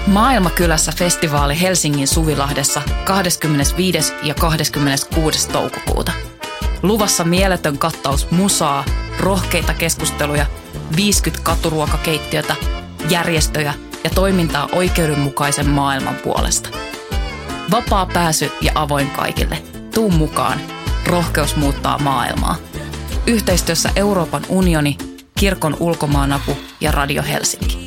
Maailmakylässä festivaali Helsingin Suvilahdessa 25. ja 26. toukokuuta. Luvassa mieletön kattaus musaa, rohkeita keskusteluja, 50 katuruokakeittiötä, järjestöjä ja toimintaa oikeudenmukaisen maailman puolesta. Vapaa pääsy ja avoin kaikille. Tuu mukaan. Rohkeus muuttaa maailmaa. Yhteistyössä Euroopan unioni, Kirkon ulkomaanapu ja Radio Helsinki.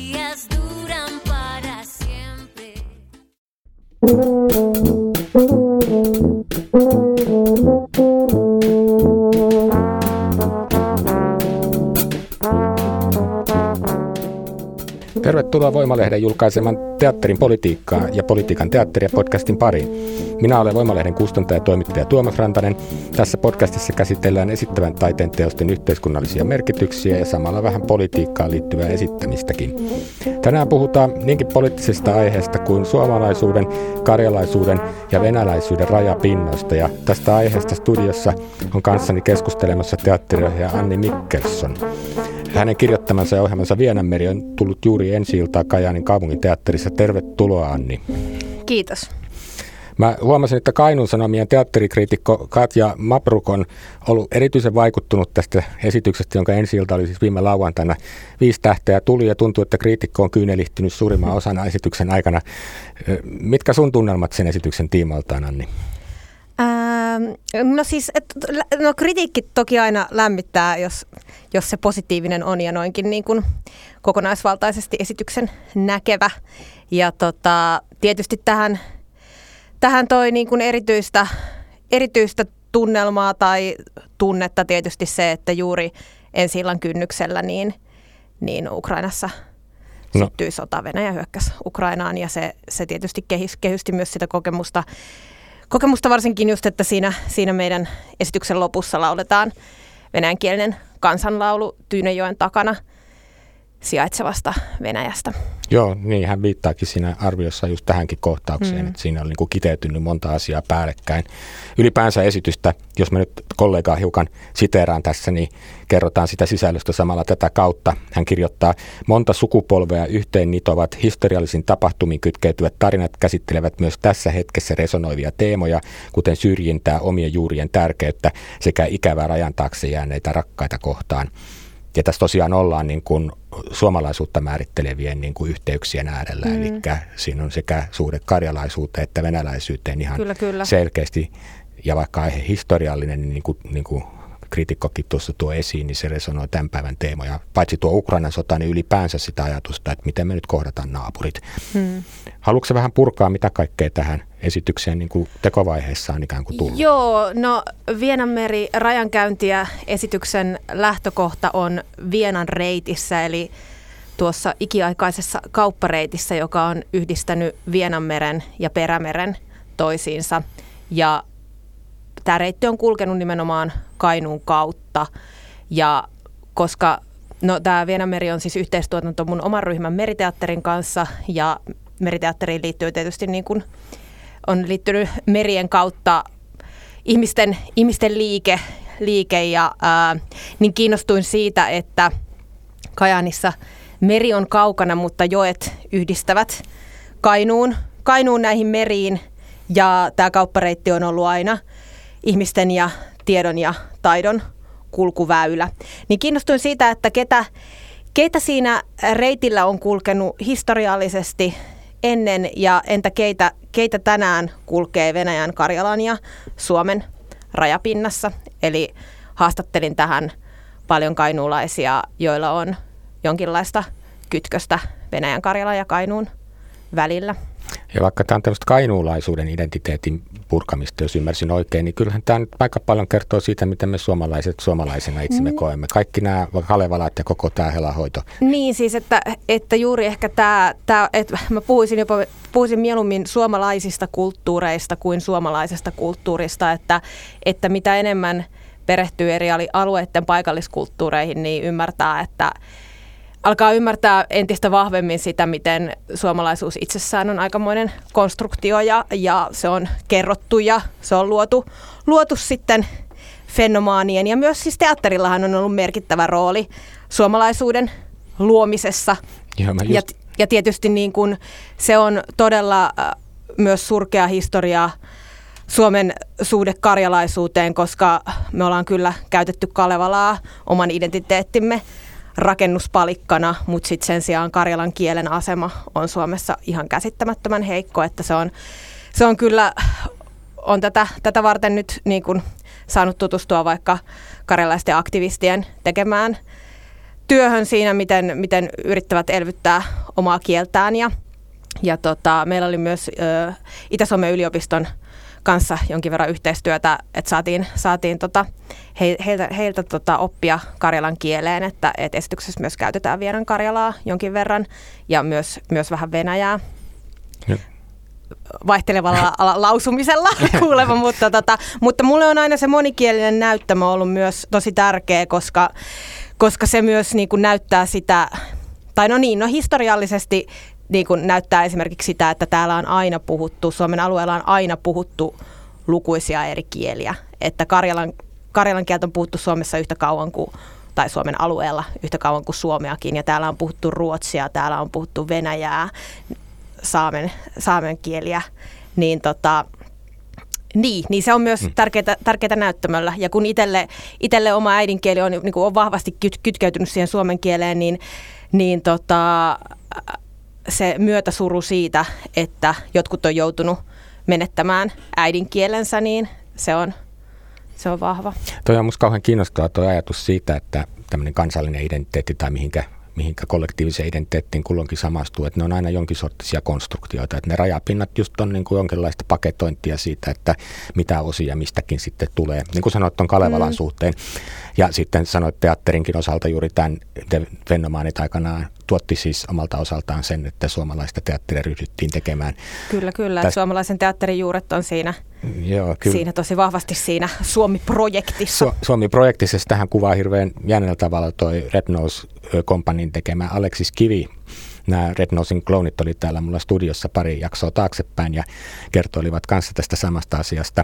Tervetuloa Voimalehden julkaiseman Teatterin politiikkaa ja politiikan teatteria podcastin pariin. Minä olen Voimalehden kustantaja ja toimittaja Tuomas Rantanen. Tässä podcastissa käsitellään esittävän taiteen teosten yhteiskunnallisia merkityksiä ja samalla vähän politiikkaan liittyvää esittämistäkin. Tänään puhutaan niinkin poliittisesta aiheesta kuin suomalaisuuden, karjalaisuuden ja venäläisyyden rajapinnoista. Ja tästä aiheesta studiossa on kanssani keskustelemassa teatteriohjaaja Anni Mikkelson. Hänen kirjoittamansa ja ohjelmansa Vienanmeri on tullut juuri ensi-iltaa Kajaanin kaupunginteatterissa. Tervetuloa, Anni. Kiitos. Mä huomasin, että Kainuun Sanomien teatterikriitikko Katja Mabruk on ollut erityisen vaikuttunut tästä esityksestä, jonka ensi-ilta oli siis viime lauantaina. 5 tähteä tuli ja tuntuu, että kriitikko on kyynelihtynyt suurimman osana esityksen aikana. Mitkä sun tunnelmat sen esityksen tiimaltaan, Anni? Kritiikki toki aina lämmittää, jos se positiivinen on ja noinkin niin kuin kokonaisvaltaisesti esityksen näkevä. Ja tietysti tähän toi niin kuin erityistä tunnelmaa tai tunnetta tietysti se, että juuri ensi-illan kynnyksellä niin Ukrainassa syttyi sota, Venäjä hyökkäsi Ukrainaan ja se tietysti kehysti myös sitä kokemusta varsinkin just, että siinä meidän esityksen lopussa lauletaan venäjänkielinen kansanlaulu Tyynenjoen takana sijaitsevasta Venäjästä. Joo, niin hän viittaakin siinä arviossa just tähänkin kohtaukseen, että siinä on niin kuin kiteytynyt monta asiaa päällekkäin. Ylipäänsä esitystä, jos mä nyt kollegaa hiukan siteeraan tässä, niin kerrotaan sitä sisällöstä samalla tätä kautta. Hän kirjoittaa, monta sukupolvea yhteen nitovat historiallisiin tapahtumiin kytkeytyvät tarinat käsittelevät myös tässä hetkessä resonoivia teemoja, kuten syrjintää, omien juurien tärkeyttä sekä ikävää rajan taakse jääneitä rakkaita kohtaan. Ja tässä tosiaan ollaan niin kuin suomalaisuutta määrittelevien niin kuin yhteyksien äärellä, eli siinä on sekä suhde karjalaisuuteen että venäläisyyteen ihan kyllä. Selkeästi, ja vaikka aihe historiallinen, niin kuin kriitikkokin tuossa tuo esiin, niin se resonoi tämän päivän teemoja. Paitsi tuo Ukrainan sota, niin ylipäänsä sitä ajatusta, että miten me nyt kohdataan naapurit. Haluatko vähän purkaa, mitä kaikkea tähän esitykseen niin kuin tekovaiheessa on ikään kuin tullut? Joo, no Vienanmeri rajankäyntiä esityksen lähtökohta on Vienan reitissä, eli tuossa ikiaikaisessa kauppareitissä, joka on yhdistänyt Vienanmeren ja Perämeren toisiinsa. Ja tämä reitti on kulkenut nimenomaan Kainuun kautta, ja koska tämä Vienanmeri on siis yhteistuotanto mun oman ryhmän Meriteatterin kanssa, ja Meriteatteriin liittyy tietysti niin kuin on liittynyt merien kautta ihmisten liike ja niin kiinnostuin siitä, että Kajaanissa meri on kaukana, mutta joet yhdistävät Kainuun näihin meriin, ja tämä kauppareitti on ollut aina ihmisten ja tiedon ja taidon kulkuväylä. Niin kiinnostuin siitä, että keitä siinä reitillä on kulkenut historiallisesti ennen ja entä keitä tänään kulkee Venäjän, Karjalan ja Suomen rajapinnassa. Eli haastattelin tähän paljon kainuulaisia, joilla on jonkinlaista kytköstä Venäjän, Karjalan ja Kainuun välillä. Ja vaikka tämä on tämmöistä kainuulaisuuden identiteetin purkamista, jos ymmärsin oikein, niin kyllähän tämä nyt aika paljon kertoo siitä, miten me suomalaisena itsemme koemme. Kaikki nämä Kalevalat ja koko tämä helahoito. Niin siis, että juuri ehkä että mä puhuisin mieluummin suomalaisista kulttuureista kuin suomalaisesta kulttuurista, että mitä enemmän perehtyy eri alueiden paikalliskulttuureihin, niin alkaa ymmärtää entistä vahvemmin sitä, miten suomalaisuus itsessään on aikamoinen konstruktio ja se on kerrottu ja se on luotu sitten fenomaanien. Ja myös siis teatterillahan on ollut merkittävä rooli suomalaisuuden luomisessa. Joo, ja tietysti niin kuin se on todella myös surkea historia Suomen suhde karjalaisuuteen, koska me ollaan kyllä käytetty Kalevalaa oman identiteettimme rakennuspalikkana, mutta sitten sen sijaan karjalan kielen asema on Suomessa ihan käsittämättömän heikko, että se on kyllä, on tätä varten nyt niin kuin saanut tutustua vaikka karjalaisten aktivistien tekemään työhön siinä, miten yrittävät elvyttää omaa kieltään. Ja meillä oli myös Itä-Suomen yliopiston kanssa jonkin verran yhteistyötä, että saatiin heiltä oppia karjalan kieleen, että esityksessä myös käytetään Vienan karjalaa jonkin verran ja myös vähän venäjää. Ja vaihtelevalla lausumisella kuulemma, mutta mulle on aina se monikielinen näyttämö ollut myös tosi tärkeä, koska se myös niin kuin näyttää sitä, tai historiallisesti niin kuin näyttää esimerkiksi sitä, että täällä on aina puhuttu, Suomen alueella on aina puhuttu lukuisia eri kieliä, että karjalan kieltä on puhuttu Suomessa yhtä kauan kuin, tai Suomen alueella yhtä kauan kuin suomeakin, ja täällä on puhuttu ruotsia, täällä on puhuttu venäjää, saamen kieliä, niin se on myös tärkeää näyttämöllä. Ja kun itselle oma äidinkieli on vahvasti kytkeytynyt siihen suomen kieleen, niin se myötäsuru siitä, että jotkut on joutunut menettämään äidinkielensä, niin se on vahva. Toi on musta kauhean kiinnostava tuo ajatus siitä, että tämmöinen kansallinen identiteetti tai mihinkä kollektiiviseen identiteettiin kulloinkin samastuu, että ne on aina jonkin sorttisia konstruktioita, että ne rajapinnat just on niin kuin jonkinlaista paketointia siitä, että mitä osia mistäkin sitten tulee. Niin kuin sanoit tuon Kalevalan suhteen, ja sitten sanoit teatterinkin osalta juuri tämän Fennomanit aikanaan tuotti siis omalta osaltaan sen, että suomalaista teatteria ryhdyttiin tekemään. Kyllä, että suomalaisen teatterin juuret on siinä tosi vahvasti siinä Suomi-projektissa. Suomi-projektissa tähän kuvaa hirveän jännällä tavalla toi Red Nose Companyn tekemä Aleksis Kivi. Nämä Red Nosen kloonit oli täällä mulla studiossa pari jaksoa taaksepäin ja kertoilivat kanssa tästä samasta asiasta.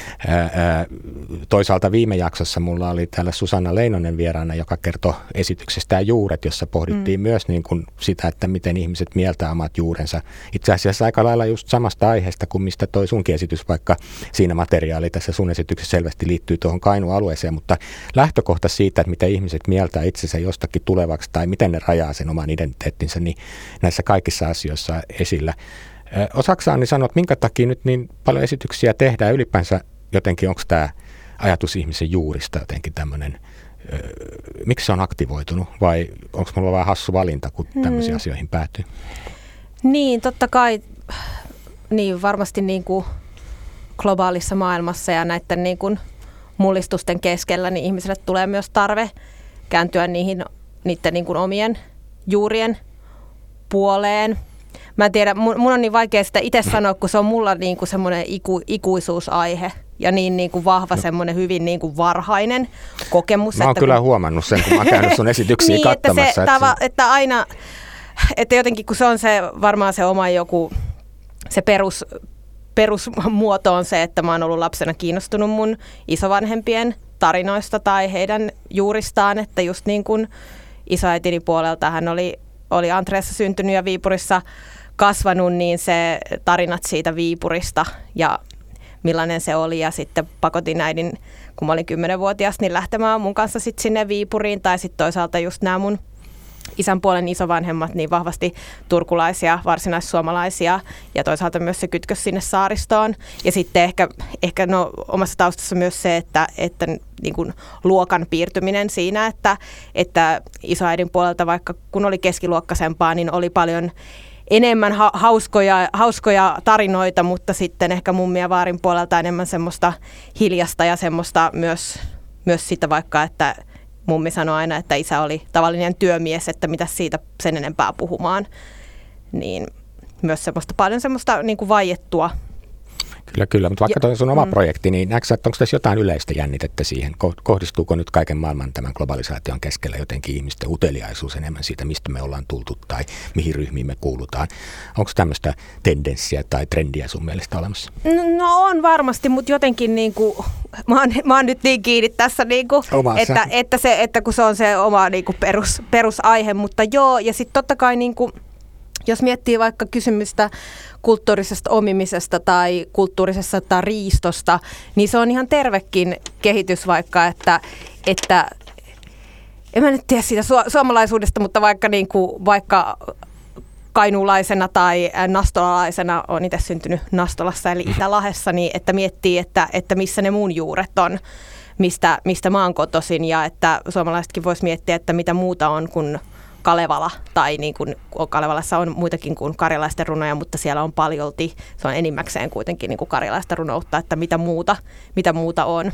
Toisaalta viime jaksossa mulla oli täällä Susanna Leinonen vieraana, joka kertoi esityksestään Juuret, jossa pohdittiin myös niin kuin sitä, että miten ihmiset mieltää omat juurensa. Itse asiassa aika lailla just samasta aiheesta kuin mistä toi sunkin esitys, vaikka siinä materiaali tässä sun esityksessä selvästi liittyy tuohon Kainuu-alueeseen, mutta lähtökohta siitä, että miten ihmiset mieltää itsensä jostakin tulevaksi tai miten ne rajaa sen oman identiteettinsä, niin näissä kaikissa asioissa esillä. Osaksaan niin sanoa, että minkä takia nyt niin paljon esityksiä tehdään ylipäänsä jotenkin, onko tämä ajatus ihmisen juurista jotenkin tämmöinen, miksi se on aktivoitunut vai onko mulla vähän hassu valinta, kun tämmöisiin asioihin päätyy? Niin, totta kai, niin varmasti niin kuin globaalissa maailmassa ja näiden niin kuin mullistusten keskellä, niin ihmisille tulee myös tarve kääntyä niiden niin kuin omien juurien puoleen. Mä en tiedä, mun on niin vaikea sitä itse sanoa, kun se on mulla niin kuin semmoinen ikuisuusaihe ja niin kuin vahva semmoinen hyvin niin kuin varhainen kokemus. Mä oon kyllä huomannut sen, kun mä oon käynyt sun esityksiä katsomassa. Että aina, että jotenkin kun se on se varmaan se oma joku, se perusmuoto on se, että mä oon ollut lapsena kiinnostunut mun isovanhempien tarinoista tai heidän juuristaan, että just niin kuin isoäitini puolelta hän oli Antreessa syntynyt ja Viipurissa kasvanut, niin se tarinat siitä Viipurista ja millainen se oli. Ja sitten pakotin äidin, kun mä olin 10-vuotias, niin lähtemään mun kanssa sitten sinne Viipuriin. Tai sitten toisaalta just nämä mun isän puolen isovanhemmat, niin vahvasti turkulaisia, varsinaissuomalaisia ja toisaalta myös se kytkös sinne saaristoon. Ja sitten ehkä omassa taustassa myös se, että niin kuin luokan piirtyminen siinä, että isoäidin puolelta, vaikka kun oli keskiluokkaisempaa, niin oli paljon enemmän hauskoja tarinoita, mutta sitten ehkä mummin ja vaarin puolelta enemmän semmoista hiljasta ja semmoista myös sitä vaikka, että mummi sanoi aina, että isä oli tavallinen työmies, että mitä siitä sen enempää puhumaan. Niin myös paljon semmoista niin kuin vaiettua. Kyllä, mutta vaikka toi sun oma projekti, niin näetkö että onko tässä jotain yleistä jännitettä siihen? Kohdistuuko nyt kaiken maailman tämän globalisaation keskellä jotenkin ihmisten uteliaisuus enemmän siitä, mistä me ollaan tultu tai mihin ryhmiin me kuulutaan? Onko tämmöistä tendenssiä tai trendiä sun mielestä olemassa? No on varmasti, mutta jotenkin niinku, mä oon nyt niin kiinni tässä, niinku, että kun se on se oma niinku perusaihe, mutta joo, ja sitten totta kai niinku, jos miettii vaikka kysymystä kulttuurisesta omimisesta tai kulttuurisesta riistosta, niin se on ihan tervekin kehitys vaikka, että en mä nyt tiedä siitä suomalaisuudesta, mutta vaikka kainuulaisena tai nastolalaisena, olen itse syntynyt Nastolassa eli Itä-Lahdessa, niin että miettii, että missä ne mun juuret on, mistä mä oon kotoisin ja että suomalaisetkin vois miettiä, että mitä muuta on kuin Kalevala, tai niin kuin Kalevalassa on muitakin kuin karjalaisten runoja, mutta siellä on paljolti, se on enimmäkseen kuitenkin niin kuin karjalaista runoutta, että mitä muuta on.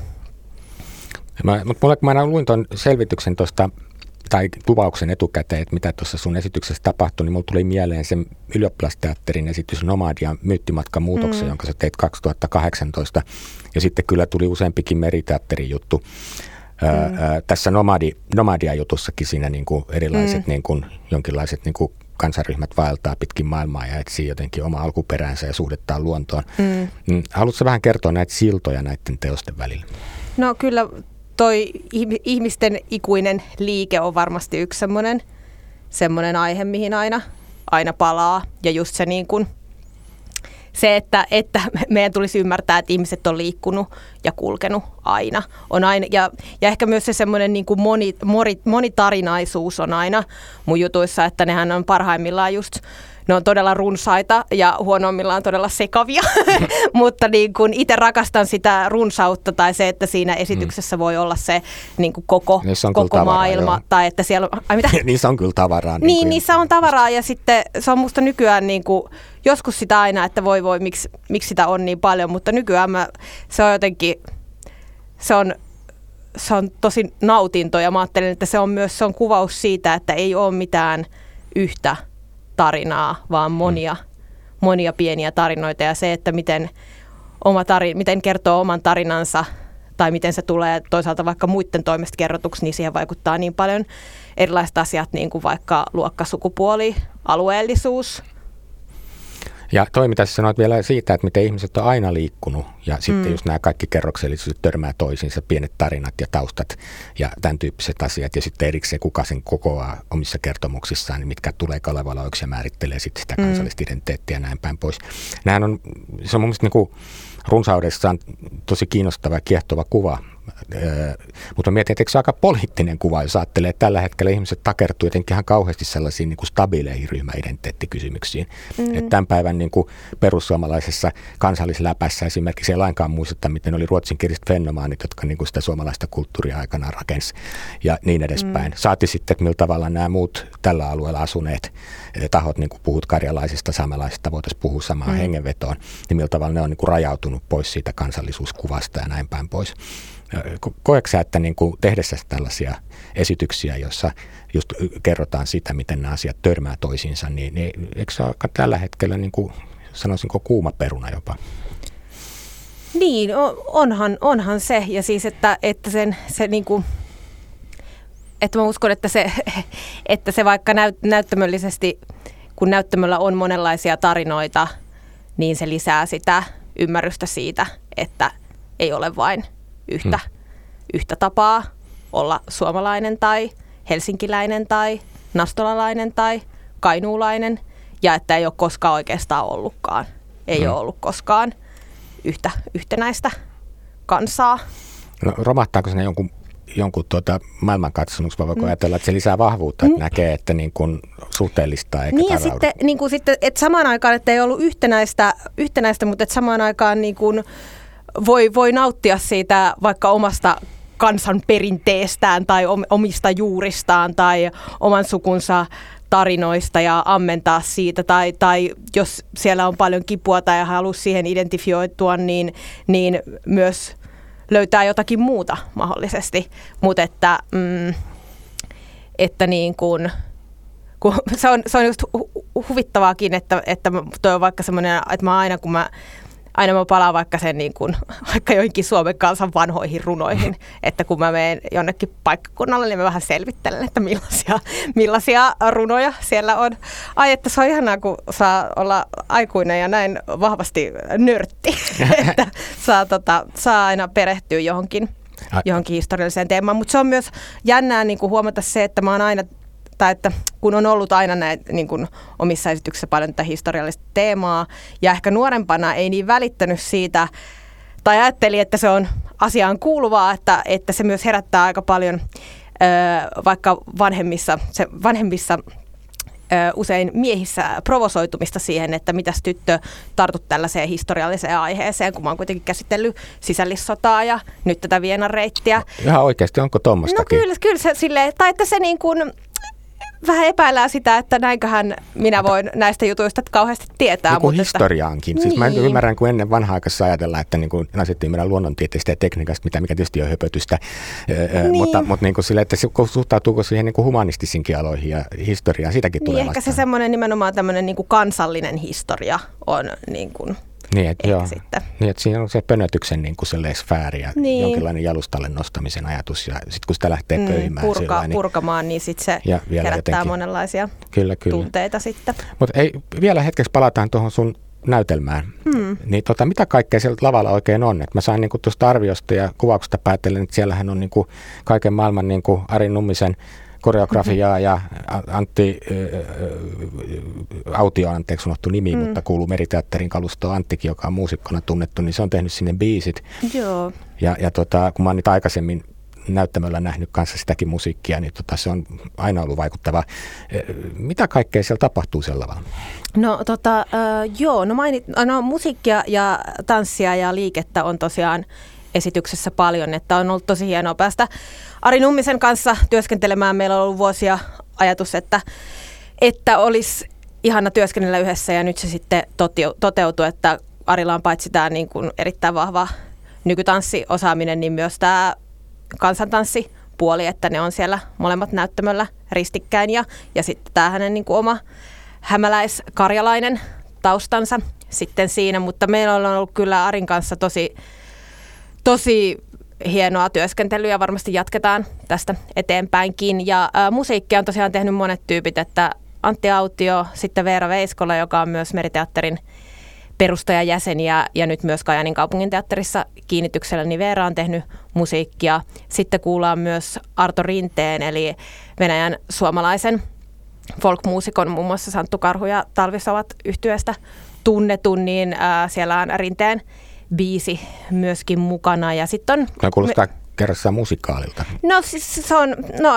Mutta kun mä luin tuon selvityksen tuosta, tai kuvauksen etukäteen, että mitä tuossa sun esityksessä tapahtui, niin mulla tuli mieleen se ylioppilasteatterin esitys Nomadia myyttimatkan muutoksen, jonka sä teit 2018, ja sitten kyllä tuli useampikin meriteatterin juttu. Tässä Nomadia-jutussakin siinä niin kuin erilaiset niin kuin, jonkinlaiset niin kuin kansanryhmät vaeltaa pitkin maailmaa ja etsii jotenkin oma alkuperäänsä ja suhdettaan luontoon. Haluatko vähän kertoa näitä siltoja näiden teosten välillä? No kyllä toi ihmisten ikuinen liike on varmasti yksi semmoinen aihe, mihin aina palaa. Ja just se niin kuin se, että meidän tulisi ymmärtää, että ihmiset on liikkunut ja kulkenut aina. On aina ja ehkä myös se semmoinen niin kuin monitarinaisuus on aina mun jutuissa, että nehän on parhaimmillaan just, ne on todella runsaita ja huonoimmillaan todella sekavia, mutta niin kuin itse rakastan sitä runsautta tai se, että siinä esityksessä voi olla se niin kuin koko maailma. Tai että siellä on, mitä? Niissä on kyllä tavaraa. Niin niissä on tavaraa ja sitten se on musta nykyään niin kuin, joskus sitä aina, että voi miksi sitä on niin paljon, mutta nykyään se on jotenkin, se on tosi nautinto ja mä ajattelen, että se on kuvaus siitä, että ei ole mitään yhtä tarinaa, vaan monia pieniä tarinoita ja se, että miten kertoo oman tarinansa tai miten se tulee toisaalta vaikka muiden toimesta kerrotuksi, niin siihen vaikuttaa niin paljon erilaiset asiat, niin kuin vaikka luokka, sukupuoli, alueellisuus. Ja toi, mitä sä sanoit vielä siitä, että miten ihmiset on aina liikkunut ja sitten just nämä kaikki kerroksellisuudet törmää toisiinsa, pienet tarinat ja taustat ja tämän tyyppiset asiat. Ja sitten erikseen kuka sen kokoaa omissa kertomuksissaan, niin mitkä tulee kalevaloiksi ja määrittelee sitten sitä kansallista identiteettiä ja näin päin pois. Se on mun mielestä niin kuin runsaudessaan tosi kiinnostava ja kiehtova kuva. Mutta mietin, että eikö se aika poliittinen kuva, jos ajattelee, että tällä hetkellä ihmiset takertuu jotenkin ihan kauheasti sellaisiin niin kuin stabiileihin ryhmäidentiteettikysymyksiin. Että tämän päivän niin kuin perussuomalaisessa kansallisläpässä esimerkiksi ei lainkaan muisteta, miten oli ruotsinkieliset fenomaanit, jotka niin kuin sitä suomalaista kulttuuria aikanaan rakensi ja niin edespäin. Saati sitten, että millä tavalla nämä muut tällä alueella asuneet tahot, niin kuin puhut karjalaisista, saamelaisista, voitaisiin puhua samaan hengenvetoon, niin millä tavalla ne on niin kuin rajautunut pois siitä kansallisuuskuvasta ja näin päin pois. Koetko sä, että niin kuin tehdessä tällaisia esityksiä, joissa just kerrotaan sitä, miten nämä asiat törmää toisiinsa, niin eikö se ole aika tällä hetkellä, niin kuin, sanoisinko, kuuma peruna jopa? Niin, onhan se. Ja siis, että se niin kuin, että mä uskon, että se vaikka näyttämöllisesti, kun näyttämöllä on monenlaisia tarinoita, niin se lisää sitä ymmärrystä siitä, että ei ole vain yhtä tapaa olla suomalainen tai helsinkiläinen tai nastolalainen tai kainuulainen ja että ei ole koskaan oikeastaan ollutkaan. Ei ole ollut koskaan yhtenäistä kansaa. No, romahtaako se jonkun maailmankatsomuksi, vai voiko ajatella, että se lisää vahvuutta, että näkee, että niin kuin suhteellistaa eikä niin ja sitten, että samaan aikaan, että ei ollut yhtenäistä mutta että samaan aikaan niin kuin voi nauttia siitä vaikka omasta kansanperinteestään tai omista juuristaan tai oman sukunsa tarinoista ja ammentaa siitä. Tai jos siellä on paljon kipua tai haluaa siihen identifioitua, niin myös löytää jotakin muuta mahdollisesti. Mutta että niin kun se on just huvittavaakin, että toi on vaikka semmoinen, että mä aina kun mä aina mä palaan vaikka vaikka joihinkin Suomen kansan vanhoihin runoihin, että kun mä menen jonnekin paikkakunnalle, niin mä vähän selvittelen, että millaisia runoja siellä on. Ai, että se on ihanaa, kun saa olla aikuinen ja näin vahvasti nörtti, että saa aina perehtyä johonkin historialliseen teemaan. Mutta se on myös jännää niin kuin huomata se, että mä oon aina, tai että kun on ollut aina näitä niin kuin omissa esityksissä paljon tätä historiallista teemaa, ja ehkä nuorempana ei niin välittänyt siitä, tai ajatteli, että se on asiaan kuuluvaa, että se myös herättää aika paljon vaikka vanhemmissa usein miehissä provosoitumista siihen, että mitäs tyttö tartut tällaiseen historialliseen aiheeseen, kun mä oon kuitenkin käsitellyt sisällissotaa ja nyt tätä Vienan reittiä. Ihan oikeasti, onko tuommoistakin? No kyllä se silleen, tai että se niin kuin vähän epäillään sitä, että näinköhän minä voin näistä jutuista kauheasti tietää. Niin kuin historiaankin. Siis mä ymmärrän, kun ennen vanha-aikaisessa ajatellaan, että niin kuin naiset ymmärrän luonnontieteestä ja tekniikasta, mikä tietysti on höpötystä. Mutta niin kuin sille, että suhtautuuko siihen niin kuin humanistisinkin aloihin ja historiaan, sitäkin tulee vastaan. Ehkä se semmoinen nimenomaan tämmöinen niin kuin kansallinen historia on niin kuin niin, että siinä on se pönötyksen niin kuin sfääri ja jonkinlainen jalustalle nostamisen ajatus. Ja sitten kun sitä lähtee pöymään purkamaan, niin sitten se herättää jotenkin monenlaisia tunteita sitten. Mutta vielä hetkeksi palataan tuohon sun näytelmään. Niin mitä kaikkea siellä lavalla oikein on? Et mä sain niinku tuosta arviosta ja kuvauksesta päätellen, että siellähän on niinku kaiken maailman niinku Ari Nummisen koreografiaa ja Antti Autio, anteeksi unohtui nimi, mutta kuuluu Meriteatterin kalustoon Anttikin, joka on muusikkona tunnettu, niin se on tehnyt sinne biisit. Joo. Ja kun mä oon nyt aikaisemmin näyttämöllä nähnyt kanssa sitäkin musiikkia, niin se on aina ollut vaikuttavaa. Mitä kaikkea siellä tapahtuu siellä lavalla? Musiikkia ja tanssia ja liikettä on tosiaan esityksessä paljon, että on ollut tosi hienoa päästä Ari Nummisen kanssa työskentelemään. Meillä on ollut vuosia ajatus, että olisi ihana työskennellä yhdessä, ja nyt se sitten toteutui, että Arilla on paitsi tämä niin kuin erittäin vahva nykytanssiosaaminen, niin myös tämä kansantanssipuoli, että ne on siellä molemmat näyttämöllä ristikkäin, ja sitten tämä hänen niin kuin oma hämäläiskarjalainen taustansa sitten siinä, mutta meillä on ollut kyllä Arin kanssa tosi hienoa työskentelyä ja varmasti jatketaan tästä eteenpäinkin. Ja musiikkia on tosiaan tehnyt monet tyypit, että Antti Autio, sitten Veera Veiskola, joka on myös Meriteatterin perustajajäsen ja nyt myös Kajaanin kaupunginteatterissa kiinnityksellä, niin Veera on tehnyt musiikkia. Sitten kuullaan myös Arto Rinteen, eli Venäjän suomalaisen folkmuusikon, muun muassa Santtu Karhu ja Talvisavat yhtyeestä tunnetun, niin siellä on Rinteen biisi myöskin mukana. Ja sitten on kuulostaa kerrassaan musikaalilta. No siis se on,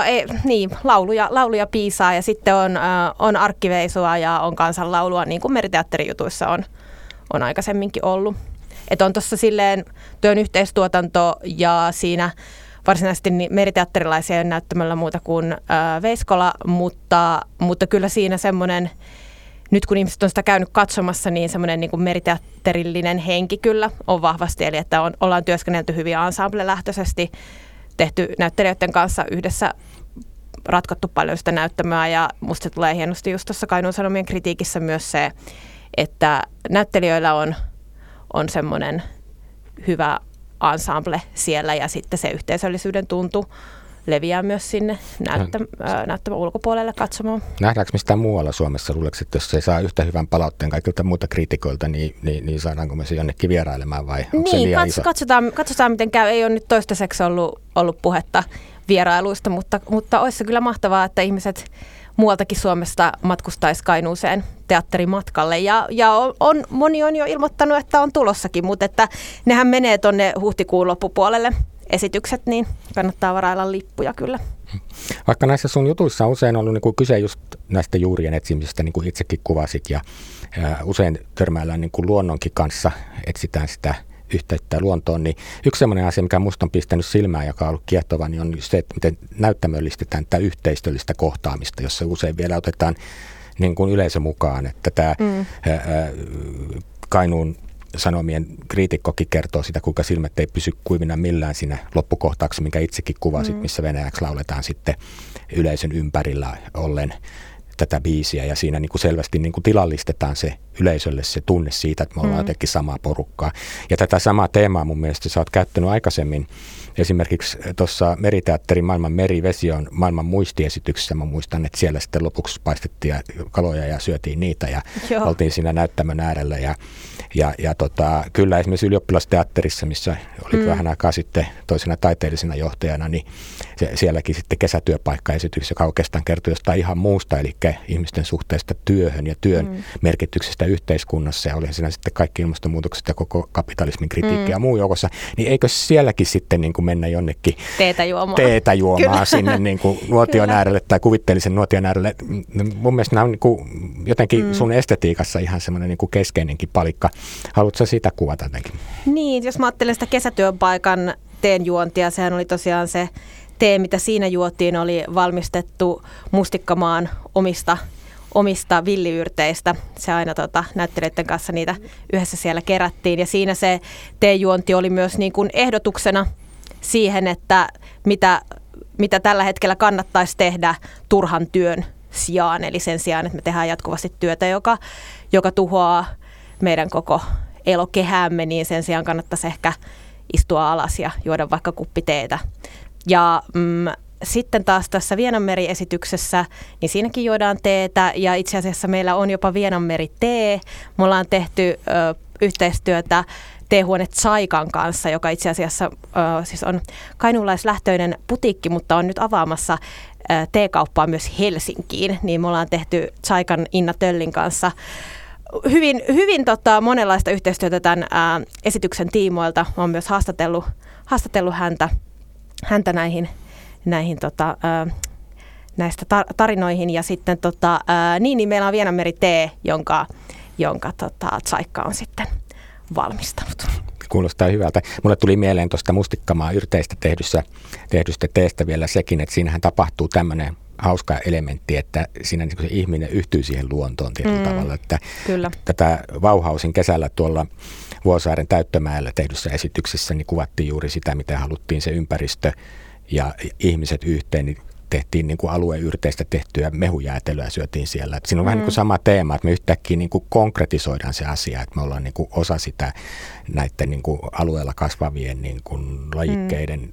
lauluja piisaa, ja sitten on arkkiveisua ja on kansanlaulua, niin kuin Meriteatterijutuissa on aikaisemminkin ollut. Että on tuossa silleen työn yhteistuotanto, ja siinä varsinaisesti meriteatterilaisia ei ole näyttämällä muuta kuin Veiskola, mutta kyllä siinä semmoinen, nyt kun ihmiset on sitä käynyt katsomassa, niin semmoinen niin kuin meriteatterillinen henki kyllä on vahvasti. Eli että ollaan työskennelty hyvin ensemble-lähtöisesti, tehty näyttelijöiden kanssa yhdessä, ratkottu paljon sitä näyttämöä, ja musta se tulee hienosti just tuossa Kainuun Sanomien kritiikissä myös se, että näyttelijöillä on semmoinen hyvä ensemble siellä, ja sitten se yhteisöllisyyden tuntu leviää myös sinne näyttämän ulkopuolelle katsomaan. Nähdäänkö mistään muualla Suomessa? Luuleeko, että jos se saa yhtä hyvän palautteen kaikilta muilta kriitikoilta, niin saadaanko me se jonnekin vierailemaan, vai onko se liian iso? Katsotaan miten käy. Ei ole nyt toistaiseksi ollut puhetta vierailuista, mutta olisi se kyllä mahtavaa, että ihmiset muualtakin Suomesta matkustaisi Kainuuseen teatterimatkalle. Ja moni on jo ilmoittanut, että on tulossakin, mutta että nehän menee tuonne huhtikuun loppupuolelle esitykset, niin kannattaa varailla lippuja kyllä. Vaikka näissä sun jutuissa on usein ollut niin kuin kyse just näistä juurien etsimisistä, niin kuin itsekin kuvasit, ja usein törmäillään niin kuin luonnonkin kanssa, etsitään sitä yhteyttä luontoon, niin yksi sellainen asia, mikä musta on pistänyt silmään, joka on ollut kiehtova, niin on se, että miten näyttämöllistetään tätä yhteistöllistä kohtaamista, jossa usein vielä otetaan niin kuin yleisö mukaan, että tämä Kainuun Sanomien kriitikkokin kertoo sitä, kuinka silmät ei pysy kuivina millään siinä loppukohtauksessa, minkä itsekin kuvasit, missä venäjäksi lauletaan sitten yleisön ympärillä ollen tätä biisiä ja siinä niin kuin selvästi niin kuin tilallistetaan se yleisölle se tunne siitä, että me ollaan jotenkin samaa porukkaa. Ja tätä samaa teemaa mun mielestä sä oot käyttänyt aikaisemmin esimerkiksi tuossa Meriteatterin Maailman merivesi on maailman muistiesityksessä. Mä muistan, että siellä sitten lopuksi paistettiin kaloja ja syötiin niitä ja oltiin siinä näyttämön äärellä. Kyllä esimerkiksi ylioppilasteatterissa, missä olit vähän aikaa sitten toisena taiteellisena johtajana, niin sielläkin sitten kesätyöpaikkaesitys, joka oikeastaan kertoi jostain ihan muusta, eli ihmisten suhteesta työhön ja työn merkityksestä yhteiskunnassa. Ja olihan siinä sitten kaikki ilmastonmuutokset ja koko kapitalismin kritiikki ja muu joukossa. Niin eikö sielläkin sitten niin kuin mennä jonnekin teetä juomaan sinne niin kuin nuotion äärelle tai kuvitteellisen nuotion äärelle. Mun mielestä nämä on niin kuin jotenkin sun estetiikassa ihan semmoinen niin kuin keskeinenkin palikka. Haluatko sitä kuvata jotenkin? Niin, jos mä ajattelen sitä kesätyöpaikan teen juontia, sehän oli tosiaan se tee, mitä siinä juotiin, oli valmistettu Mustikkamaan omista villiyrteistä. Se aina näyttelijöiden kanssa niitä yhdessä siellä kerättiin. Ja siinä se teejuonti oli myös niin kuin ehdotuksena siihen, että mitä tällä hetkellä kannattaisi tehdä turhan työn sijaan. Eli sen sijaan, että me tehdään jatkuvasti työtä, joka tuhoaa meidän koko elokehäämme, niin sen sijaan kannattaisi ehkä istua alas ja juoda vaikka kuppi teetä. Ja sitten taas tässä Vienanmeri-esityksessä, niin siinäkin juodaan teetä ja itse asiassa meillä on jopa Vienanmeri-tee. Me ollaan tehty yhteistyötä teehuone Tsaikan kanssa, joka itse asiassa siis on kainuulaislähtöinen putiikki, mutta on nyt avaamassa teekauppaa myös Helsinkiin. Niin me ollaan tehty Tsaikan Inna Töllin kanssa hyvin monenlaista yhteistyötä tämän esityksen tiimoilta. Olen myös haastatellut häntä näihin näistä tarinoihin ja sitten niin meillä on Vienanmeri-tee, jonka Tsaikka on sitten valmistanut. Kuulostaa hyvältä. Mulle tuli mieleen tuosta Mustikkamaan yrteistä tehdystä teestä vielä sekin, että siinähän tapahtuu tämmöinen hauska elementti, että siinä niin se ihminen yhtyy siihen luontoon tietyllä tavalla. Että kyllä. Tätä Vauhausin kesällä tuolla Vuosaaren Täyttömäellä tehdyssä esityksessä niin kuvattiin juuri sitä, mitä haluttiin se ympäristö ja ihmiset yhteen, niin tehtiin niin kuin alueyrteistä tehtyä mehujäätelöä syötiin siellä. Että siinä on vähän niin kuin sama teema, että me yhtäkkiä niin kuin konkretisoidaan se asia, että me ollaan niin kuin osa sitä näiden niin kuin alueella kasvavien niin kuin lajikkeiden.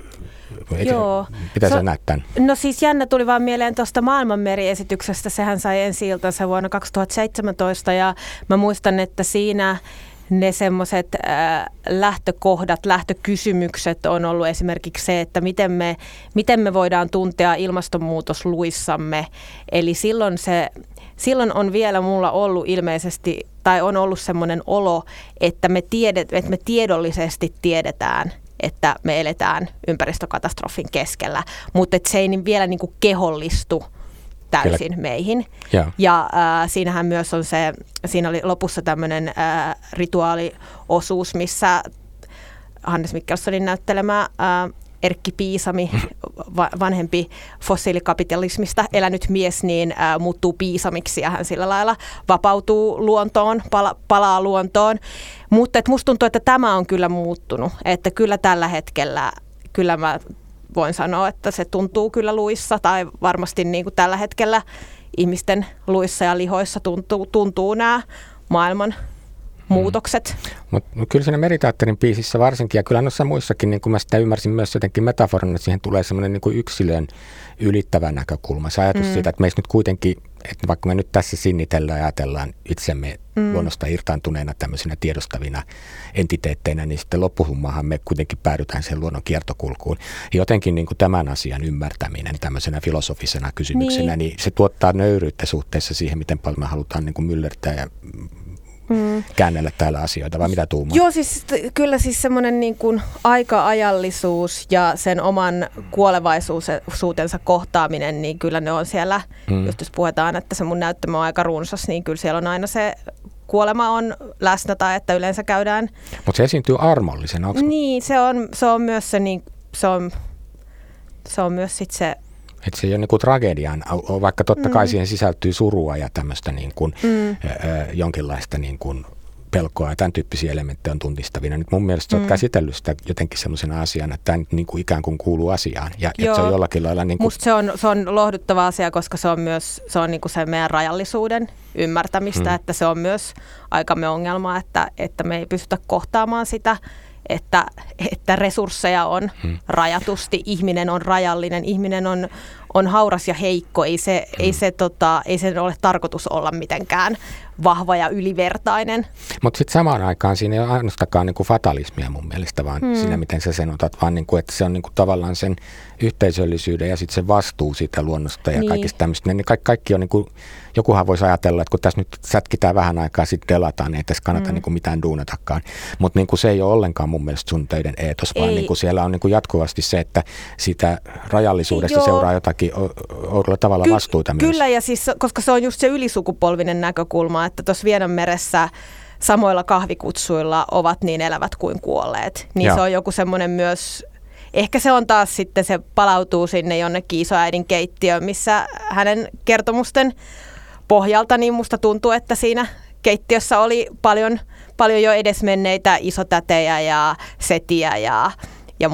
Mitä sä näet tämän? No siis jännä tuli vaan mieleen tuosta Maailmanmeri-esityksestä. Sehän sai ensi-iltansa vuonna 2017 ja mä muistan, että siinä ne semmoiset lähtökohdat, lähtökysymykset on ollut esimerkiksi se, että miten me voidaan tuntea ilmastonmuutos luissamme. Eli silloin on vielä mulla ollut ilmeisesti, tai on ollut semmoinen olo, että me tiedollisesti tiedetään, että me eletään ympäristökatastrofin keskellä, mutta se ei vielä niin kuin kehollistu täysin meihin. Ja siinähän myös on siinä oli lopussa tämmöinen rituaaliosuus, missä Hannes Mikkelsonin näyttelemä Erkki Piisami, vanhempi fossiilikapitalismista elänyt mies, niin muuttuu piisamiksi ja hän sillä lailla vapautuu luontoon, palaa luontoon. Mutta musta tuntuu, että tämä on kyllä muuttunut, että kyllä tällä hetkellä, kyllä mä voin sanoa, että se tuntuu kyllä luissa tai varmasti niin kuin tällä hetkellä ihmisten luissa ja lihoissa tuntuu nämä maailman muutokset. Mutta kyllä siinä Meriteatterin biisissä varsinkin, ja kyllä noissa muissakin, niin kuin mä sitä ymmärsin myös jotenkin metaforana, että siihen tulee semmoinen niin kuin yksilön ylittävä näkökulma. Se ajatus siitä, että meissä nyt kuitenkin, että vaikka me nyt tässä sinnitellään ja ajatellaan itsemme luonnosta irtaantuneena tämmöisinä tiedostavina entiteetteinä, niin sitten loppuhummahan me kuitenkin päädytään sen luonnon kiertokulkuun. Ja jotenkin niin kuin tämän asian ymmärtäminen tämmöisenä filosofisena kysymyksenä, niin se tuottaa nöyryyttä suhteessa siihen, miten paljon me halutaan niin kuin myllertää ja käännellä täällä asioita, vai mitä tuumaa? Joo, siis kyllä siis semmoinen niin kuin aika-ajallisuus ja sen oman kuolevaisuutensa kohtaaminen, niin kyllä ne on siellä, jos puhutaan, että se mun näyttämö on aika runsas, niin kyllä siellä on aina se kuolema on läsnä tai että yleensä käydään. Mutta se esiintyy armollisena, onko? Niin, se on myös se, niin, se on myös sit se. Että se ei ole niin kuin tragedian, vaikka totta kai siihen sisältyy surua ja tämmöistä niin kuin, jonkinlaista niin kuin pelkoa ja tämän tyyppisiä elementtejä on tunnistavina. Nyt mun mielestä sä oot käsitellyt sitä jotenkin sellaisena asiana, että tämä niin kuin ikään kuin kuuluu asiaan. Ja että se on jollakin lailla niin kuin... Musta se on lohduttava asia, koska se on myös niin kuin se meidän rajallisuuden ymmärtämistä, että se on myös aikamme ongelma, että me ei pystytä kohtaamaan sitä, että resursseja on rajatusti, ihminen on rajallinen, ihminen on hauras ja heikko, ei se ole tarkoitus olla mitenkään vahva ja ylivertainen. Mutta sitten samaan aikaan siinä ei ole ainoastaan niinku fatalismia mun mielestä, vaan siinä miten sä sen otat, vaan niinku, että se on niinku tavallaan sen yhteisöllisyyden ja sitten se vastuu siitä luonnosta ja kaikista tämmöistä. Ne kaikki on niinku, jokuhan voisi ajatella, että kun tässä nyt sätkitään vähän aikaa sitten delataan, niin ei tässä kannata niinku mitään duunatakaan. Mutta niinku se ei ole ollenkaan mun mielestä sun töiden eetos, vaan niinku siellä on niinku jatkuvasti se, että siitä rajallisuudesta seuraa jotakin oudolla tavalla vastuuta myös. Kyllä, ja siis, koska se on just se ylisukupolvinen näkökulma, että tuossa Vienanmeressä samoilla kahvikutsuilla ovat niin elävät kuin kuolleet. Niin se on joku semmoinen myös, ehkä se on taas sitten, se palautuu sinne jonnekin isoäidin keittiöön, missä hänen kertomusten pohjalta, niin musta tuntuu, että siinä keittiössä oli paljon jo edesmenneitä isotätejä ja setiä ja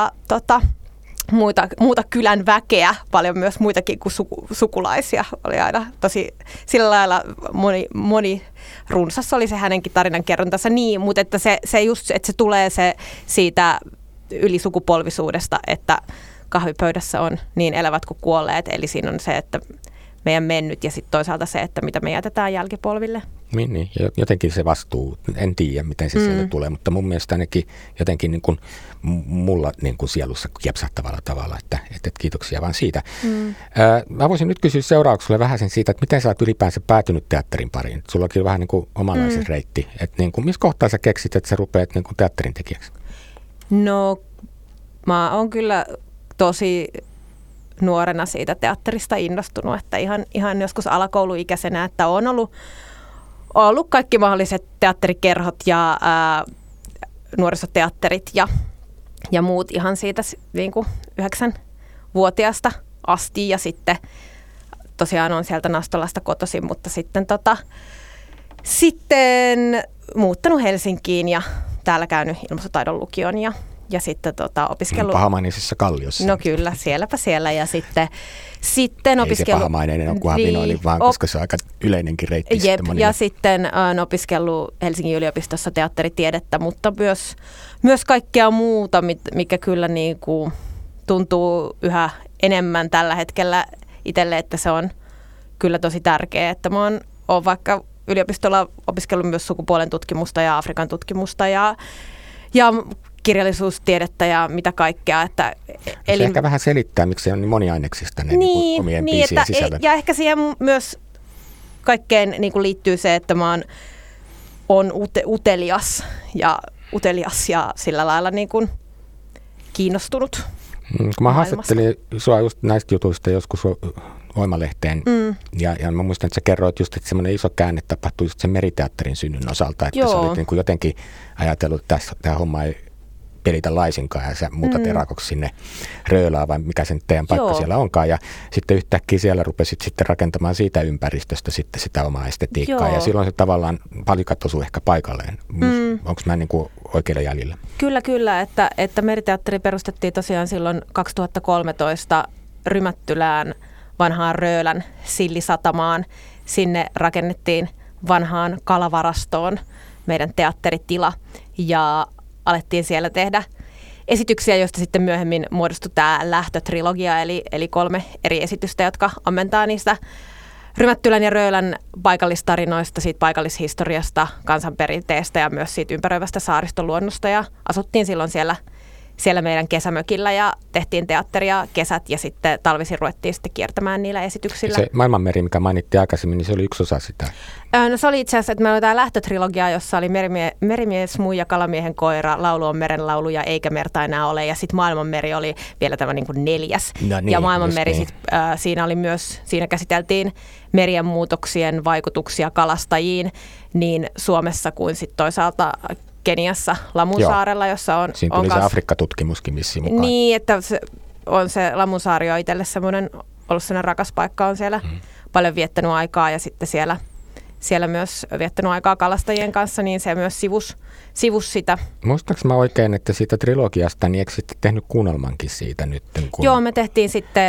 muuta kylän väkeä, paljon myös muitakin kuin sukulaisia. Oli aina tosi sillä lailla moni runsas oli se hänenkin tarinankerrontansa niin, mutta että se just, että se tulee siitä ylisukupolvisuudesta, että kahvipöydässä on niin elävät kuin kuolleet, eli siinä on se, että meidän mennyt ja sitten toisaalta se, että mitä me jätetään jälkipolville. Niin, ja jotenkin se vastuu, en tiedä miten se sieltä tulee, mutta mun mielestä ainakin jotenkin niin kuin mulla niin kuin sielussa kiepsahtavalla tavalla, että kiitoksia vaan siitä. Mä voisin nyt kysyä seuraukselle vähän sen siitä, että miten sä oot ylipäänsä päätynyt teatterin pariin. Sulla onkin vähän niin kuin omanlaisen reitti, että niin kuin, missä kohtaa sä keksit, että sä rupeat niin kuin teatterin tekijäksi? No, mä oon kyllä tosi nuorena siitä teatterista innostunut, että ihan joskus alakouluikäisenä, että on ollut kaikki mahdolliset teatterikerhot ja nuorisoteatterit ja muut ihan siitä niin kuin 9-vuotiaasta asti ja sitten tosiaan on sieltä Nastolasta kotoisin, mutta sitten muuttanut Helsinkiin ja täällä käynyt ilmaisutaidon lukion ja sitten opiskellut... Pahamainisessa Kalliossa. No kyllä, sielläpä siellä ja sitten opiskellut... Ei se pahamainen on, kunhan vinoilin vaan, koska se on aika yleinenkin reitti. Jep, ja sitten olen opiskellut Helsingin yliopistossa teatteritiedettä, mutta myös kaikkea muuta, mikä kyllä niin kuin tuntuu yhä enemmän tällä hetkellä itselle, että se on kyllä tosi tärkeää, että mä oon vaikka yliopistolla opiskellut myös sukupuolen tutkimusta ja Afrikan tutkimusta ja kirjallisuustiedettä ja mitä kaikkea. Se ehkä vähän selittää, miksi se on niin moniaineksista ne niin omien biisien sisällä. Ja ehkä siihen myös kaikkeen niin kuin liittyy se, että mä oon utelias ja sillä lailla niin kuin kiinnostunut. Kun mä haastattelin sua just näistä jutuista joskus Voimalehteen, ja mä muistan, että sä kerroit just, että semmoinen iso käänne tapahtui just sen Meriteatterin synnyn osalta, että sä olit niin kuin jotenkin ajatellut, että tämä homma ei pelitä laisinkaan ja sä muutat erakoksi sinne Röölään vai mikä sen teidän paikka siellä onkaan. Ja sitten yhtäkkiä siellä rupesit sitten rakentamaan siitä ympäristöstä sitten sitä omaa estetiikkaa. Ja silloin se tavallaan palikat osui ehkä paikalleen. Onko mä niin kuin oikeilla jäljillä? Kyllä, että Meriteatteri perustettiin tosiaan silloin 2013 Rymättylään vanhaan Röölän sillisatamaan. Sinne rakennettiin vanhaan kalavarastoon meidän teatteritila ja alettiin siellä tehdä esityksiä, joista sitten myöhemmin muodostui tämä lähtötrilogia, eli 3 eri esitystä, jotka ammentaa niistä Rymättylän ja Röölän paikallistarinoista, siitä paikallishistoriasta, kansanperinteestä ja myös siitä ympäröivästä saaristoluonnosta. Ja asuttiin silloin siellä meidän kesämökillä ja tehtiin teatteria kesät ja sitten talvisin ruvettiin sitten kiertämään niillä esityksillä. Se Maailmanmeri, mikä mainittiin aikaisemmin, niin se oli yksi osa sitä. No se oli itse asiassa, että meillä oli tämä lähtötrilogia, jossa oli Merimies, Muija, Kalamiehen koira, Laulu on merenlaulu ja Eikä merta enää ole. Ja sitten Maailmanmeri oli vielä tämä niin kuin 4. No niin, ja Maailmanmeri, niin. Siinä käsiteltiin merien muutoksien vaikutuksia kalastajiin niin Suomessa kuin sitten toisaalta Keniassa Lamunsaarella, jossa on... Siinä tuli se Afrikka-tutkimuskin vissiin mukaan. Niin, että se Lamunsaari on itselle ollut sellainen rakas paikka, on siellä paljon viettänyt aikaa ja sitten siellä myös viettänyt aikaa kalastajien kanssa, niin se myös sivus sitä. Muistaaks mä oikein, että siitä trilogiasta, niin eikö sitten tehnyt kuunnelmankin siitä nyt? Joo, me tehtiin sitten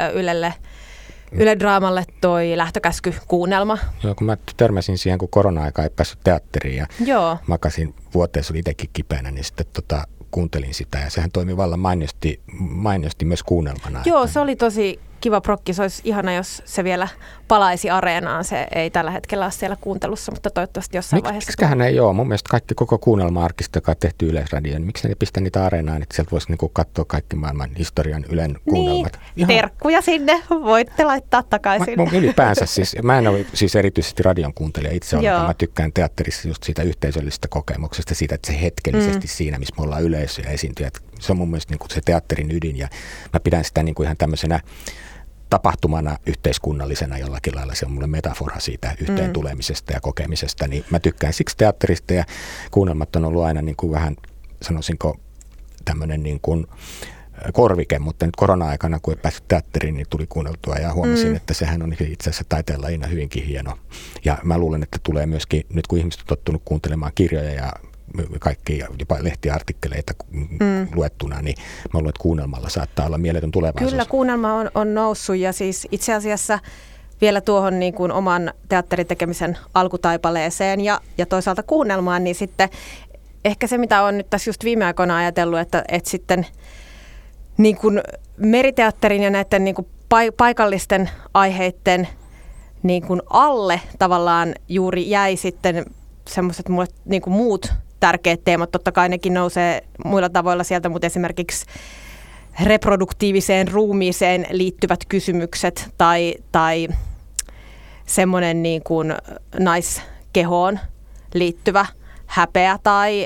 Yle Draamalle toi lähtökäsky-kuunnelma. Joo, kun mä törmäsin siihen, kun korona-aika ei päässyt teatteriin ja makasin vuoteessa, oli itsekin kipeänä, niin sitten kuuntelin sitä ja sehän toimi vallan mainiosti myös kuunnelmana. Joo, se oli tosi kiva prokki. Se olisi ihana, jos se vielä palaisi areenaan. Se ei tällä hetkellä ole siellä kuuntelussa, mutta toivottavasti jossain vaiheessa. Miksiköhän ei ole? Mun mielestä koko kuunnelma-arkisto, joka on tehty Yleisradioon, niin miksi ne pistää niitä areenaan, että sieltä voisi niinku katsoa kaikki maailman historian Ylen kuunnelmat? Niin, terkkuja sinne. Voitte laittaa takaisin. Ylipäänsä siis, mä en ole siis erityisesti radion kuuntelija itse ollenkaan. Mä tykkään teatterissa just siitä yhteisöllisestä kokemuksesta, siitä, että se hetkellisesti siinä, missä me ollaan yleisö ja esiintyjät. Se on mun mielestä niinku se teatterin ydin ja mä pidän sitä niinku ihan tämmöisenä tapahtumana yhteiskunnallisena jollakin lailla. Se on mulle metafora siitä yhteen tulemisesta ja kokemisesta. Niin mä tykkään siksi teatterista ja kuunnelmat on ollut aina niin kuin vähän, sanoisinko, tämmöinen niin kuin korvike, mutta nyt korona-aikana, kun ei päässyt teatteriin, niin tuli kuunneltua ja huomasin, että sehän on itse asiassa taiteenlajina hyvinkin hieno. Ja mä luulen, että tulee myöskin, nyt kun ihmiset on tottunut kuuntelemaan kirjoja ja kaikki jopa lehtiartikkeleita luettuna, niin mä luulen, että kuunnelmalla saattaa olla mieletön tulevaisuus. Kyllä, kuunnelma on noussut ja siis itse asiassa vielä tuohon niin kuin oman teatteritekemisen alkutaipaleeseen ja toisaalta kuunnelmaan, niin sitten ehkä se, mitä on nyt tässä just viime aikoina ajatellut, että sitten niin kuin meriteatterin ja näiden niin kuin paikallisten aiheiden niin kuin alle tavallaan juuri jäi sitten semmoiset niin kuin muut tärkeät teemat. Totta kai nekin nousee muilla tavoilla sieltä, mutta esimerkiksi reproduktiiviseen ruumiiseen liittyvät kysymykset tai semmoinen niin kuin naiskehoon liittyvä häpeä tai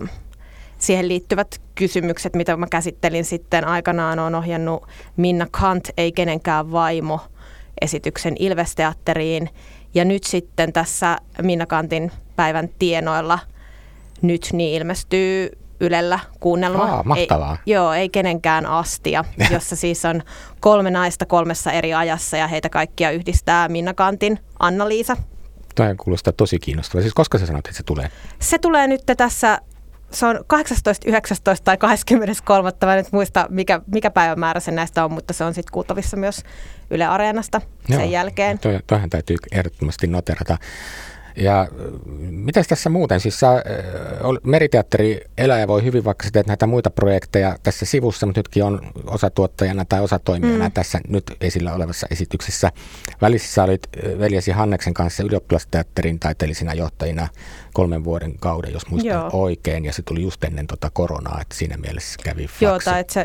siihen liittyvät kysymykset, mitä mä käsittelin sitten aikanaan, on ohjannut Minna Kant, Ei kenenkään vaimo, esityksen Ilves-teatteriin. Ja nyt sitten tässä Minna Kantin päivän tienoilla nyt niin ilmestyy Ylellä kuunnelma. Mahtavaa. Ei kenenkään astia, jossa siis on 3 naista 3 eri ajassa ja heitä kaikkia yhdistää Minna Kantin Anna-Liisa. Tämä kuulostaa tosi kiinnostavaa. Siis koska sä sanot, että se tulee? Se tulee nyt tässä, se on 18, 19 tai 23. Mä en nyt muista, mikä päivämäärä se näistä on, mutta se on sitten kuultavissa myös Yle Areenasta sen jälkeen. Toihan täytyy ehdottomasti noterata. Ja mitäs tässä muuten? Siis meriteatteri elää ja voi hyvin, vaikka sä teet näitä muita projekteja tässä sivussa, mutta nytkin on osatuottajana tai osatoimijana tässä nyt esillä olevassa esityksessä. Välissä olit veljesi Hanneksen kanssa ylioppilasteatterin taiteellisina johtajina 3 vuoden kauden, jos muistan oikein, ja se tuli just ennen koronaa, että siinä mielessä kävi faksi. Joo, tai että se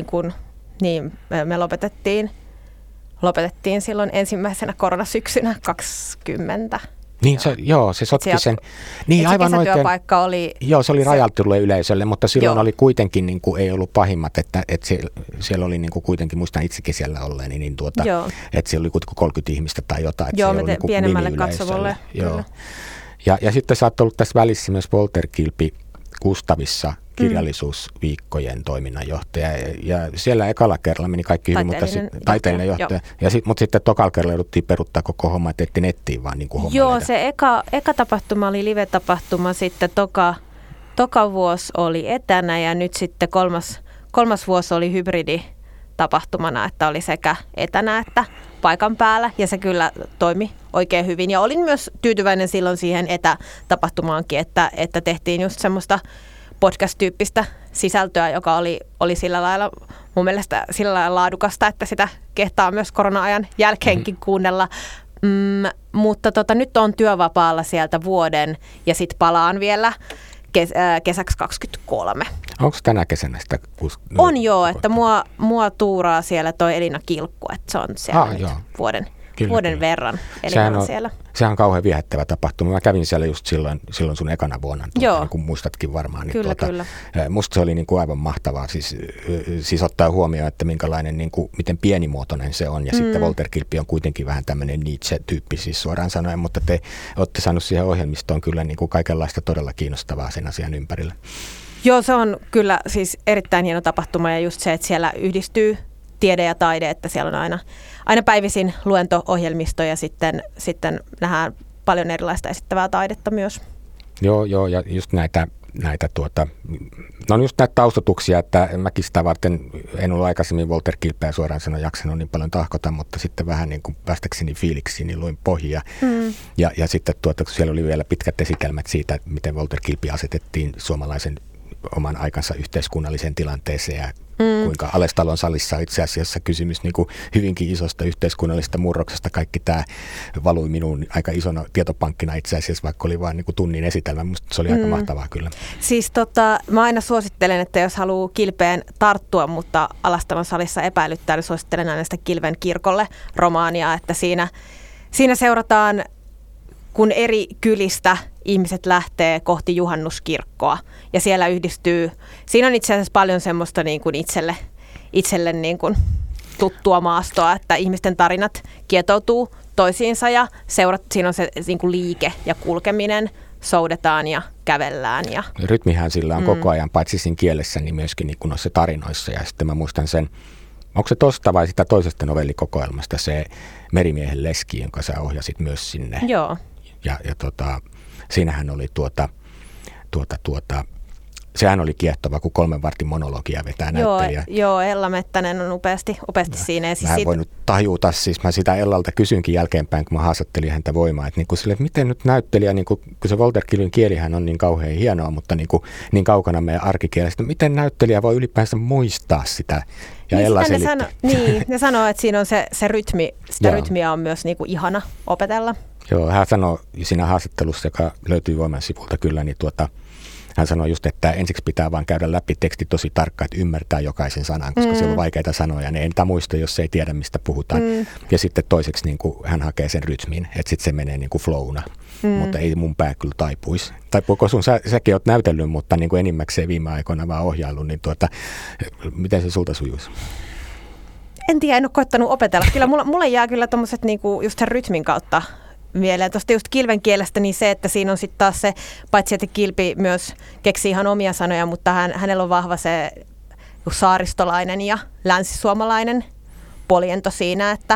me lopetettiin silloin ensimmäisenä koronasyksynä 2020. Niin, se sotki sen. Niin, aivan oikein. Kesätyöpaikka oli... Joo, se oli rajattulle yleisölle, mutta silloin oli kuitenkin, niin kuin, ei ollut pahimmat, että siellä oli niin kuin, kuitenkin, muistan itsekin siellä olleeni, että siellä oli kuitenkin 30 ihmistä tai jotain. Että joo, me niin pienemmälle katsovalle. Joo. Ja sitten sä oot ollut tässä välissä myös Polterkilpi Kustavissa kirjallisuusviikkojen toiminnanjohtaja. Ja siellä ekalla kerralla meni kaikki hyvin, mutta taiteellinen johtaja. Mutta sitten tokalla kerralla jouduttiin peruuttaa koko homma, että etti nettiin vaan niin kuin hommeleita. Joo, se eka tapahtuma oli live-tapahtuma, sitten toka vuosi oli etänä ja nyt sitten kolmas vuosi oli hybriditapahtumana, että oli sekä etänä että paikan päällä ja se kyllä toimi oikein hyvin. Ja olin myös tyytyväinen silloin siihen etätapahtumaankin, että tehtiin just semmoista podcast-tyyppistä sisältöä, joka oli sillä lailla mun mielestä sillä lailla laadukasta, että sitä kehtaa myös korona-ajan jälkeenkin kuunnella. Mutta nyt on työvapaalla sieltä vuoden ja sitten palaan vielä kesäksi 2023. Onko tänä kesänä sitä? On joo, että mua tuuraa siellä toi Elina Kilkku, että se on siellä nyt vuoden verran Elina on siellä. Sehän on kauhean viehättävä tapahtuma. Mä kävin siellä just silloin sun ekana vuonna, niin kuin muistatkin varmaan. Niin Kyllä. Musta se oli niin kuin aivan mahtavaa, siis ottaa huomioon, että minkälainen, niin kuin, miten pienimuotoinen se on. Ja sitten Polterkilpi on kuitenkin vähän tämmöinen Nietzsche-tyyppi, siis suoraan sanoen, mutta te olette saanut siihen ohjelmistoon kyllä niin kuin kaikenlaista todella kiinnostavaa sen asian ympärillä. Joo, se on kyllä siis erittäin hieno tapahtuma ja just se, että siellä yhdistyy tiede ja taide, että siellä on aina päivisin luento-ohjelmisto ja sitten nähdään paljon erilaista esittävää taidetta myös. Joo, ja just näitä just näitä taustatuksia, että mäkin sitä varten en ollut aikaisemmin Walter Kilpeä suoraan sanoen jaksanut niin paljon tahkota, mutta sitten vähän niin kuin päästäkseni fiiliksiin, niin luin pohjia. Ja sitten kun siellä oli vielä pitkät esitelmät siitä, miten Walter Kilpi asetettiin suomalaisen oman aikansa yhteiskunnalliseen tilanteeseen ja kuinka Alestalon salissa on itse asiassa kysymys niin kuin hyvinkin isosta yhteiskunnallisesta murroksesta. Kaikki tämä valui minuun aika isona tietopankkina itse asiassa, vaikka oli vain niin kuin tunnin esitelmä. Musta se oli aika mahtavaa kyllä. Siis mä aina suosittelen, että jos haluaa Kilpeen tarttua, mutta Alastalon salissa epäilyttää, niin suosittelen aina sitä Kilven kirkolle -romaania, että siinä seurataan, kun eri kylistä ihmiset lähtee kohti juhannuskirkkoa ja siellä yhdistyy, siinä on itse asiassa paljon semmoista niin kuin itselle niin kuin tuttua maastoa, että ihmisten tarinat kietoutuu toisiinsa ja siinä on se niin kuin liike ja kulkeminen, soudetaan ja kävellään. Rytmihän sillä on koko ajan, paitsi siinä kielessä, niin myöskin niin kuin noissa tarinoissa. Ja sitten mä muistan sen, onko se tosta vai sitä toisesta novellikokoelmasta, se Merimiehen leski, jonka sä ohjasit myös sinne. Joo. Ja siinähän oli sehän oli kiehtova, kun 3 vartin monologia vetää näyttelijä. Joo, Ella Mettänen on upeasti siinä. Mä en voinut tajuta, siis mä sitä Ellalta kysynkin jälkeenpäin, kun mä haastattelin häntä voimaa, että että miten nyt näyttelijä, kun se Walter Kilvin kielihän on niin kauhean hienoa, mutta niin kaukana meidän arkikielestä, miten näyttelijä voi ylipäänsä muistaa sitä? Ja niin, Ella selitti. Ne sanoo, että siinä on se rytmi, sitä rytmiä on myös niin kuin ihana opetella. Joo, hän sanoi siinä haastattelussa, joka löytyy Voiman sivulta kyllä, niin hän sanoi just, että ensiksi pitää vaan käydä läpi teksti tosi tarkkaan, että ymmärtää jokaisen sanan, koska siellä on vaikeita sanoja. Ne ei niitä muista, jos ei tiedä, mistä puhutaan. Ja sitten toiseksi niin kuin hän hakee sen rytmin, että sitten se menee niin kuin flowna. Mutta ei mun pää kyllä taipuisi. Taipuuko sun, säkin oot näytellyt, mutta niin kuin enimmäkseen viime aikoina vaan ohjaillut, niin miten se sulta sujuisi? En tiedä, en ole koittanut opetella. Kyllä mulle jää kyllä tommoset niinku just sen rytmin kautta mieleen. Tuosta just Kilven kielestä niin se, että siinä on sitten taas se, paitsi että Kilpi myös keksii ihan omia sanoja, mutta hänellä on vahva se saaristolainen ja länsisuomalainen poljento siinä, että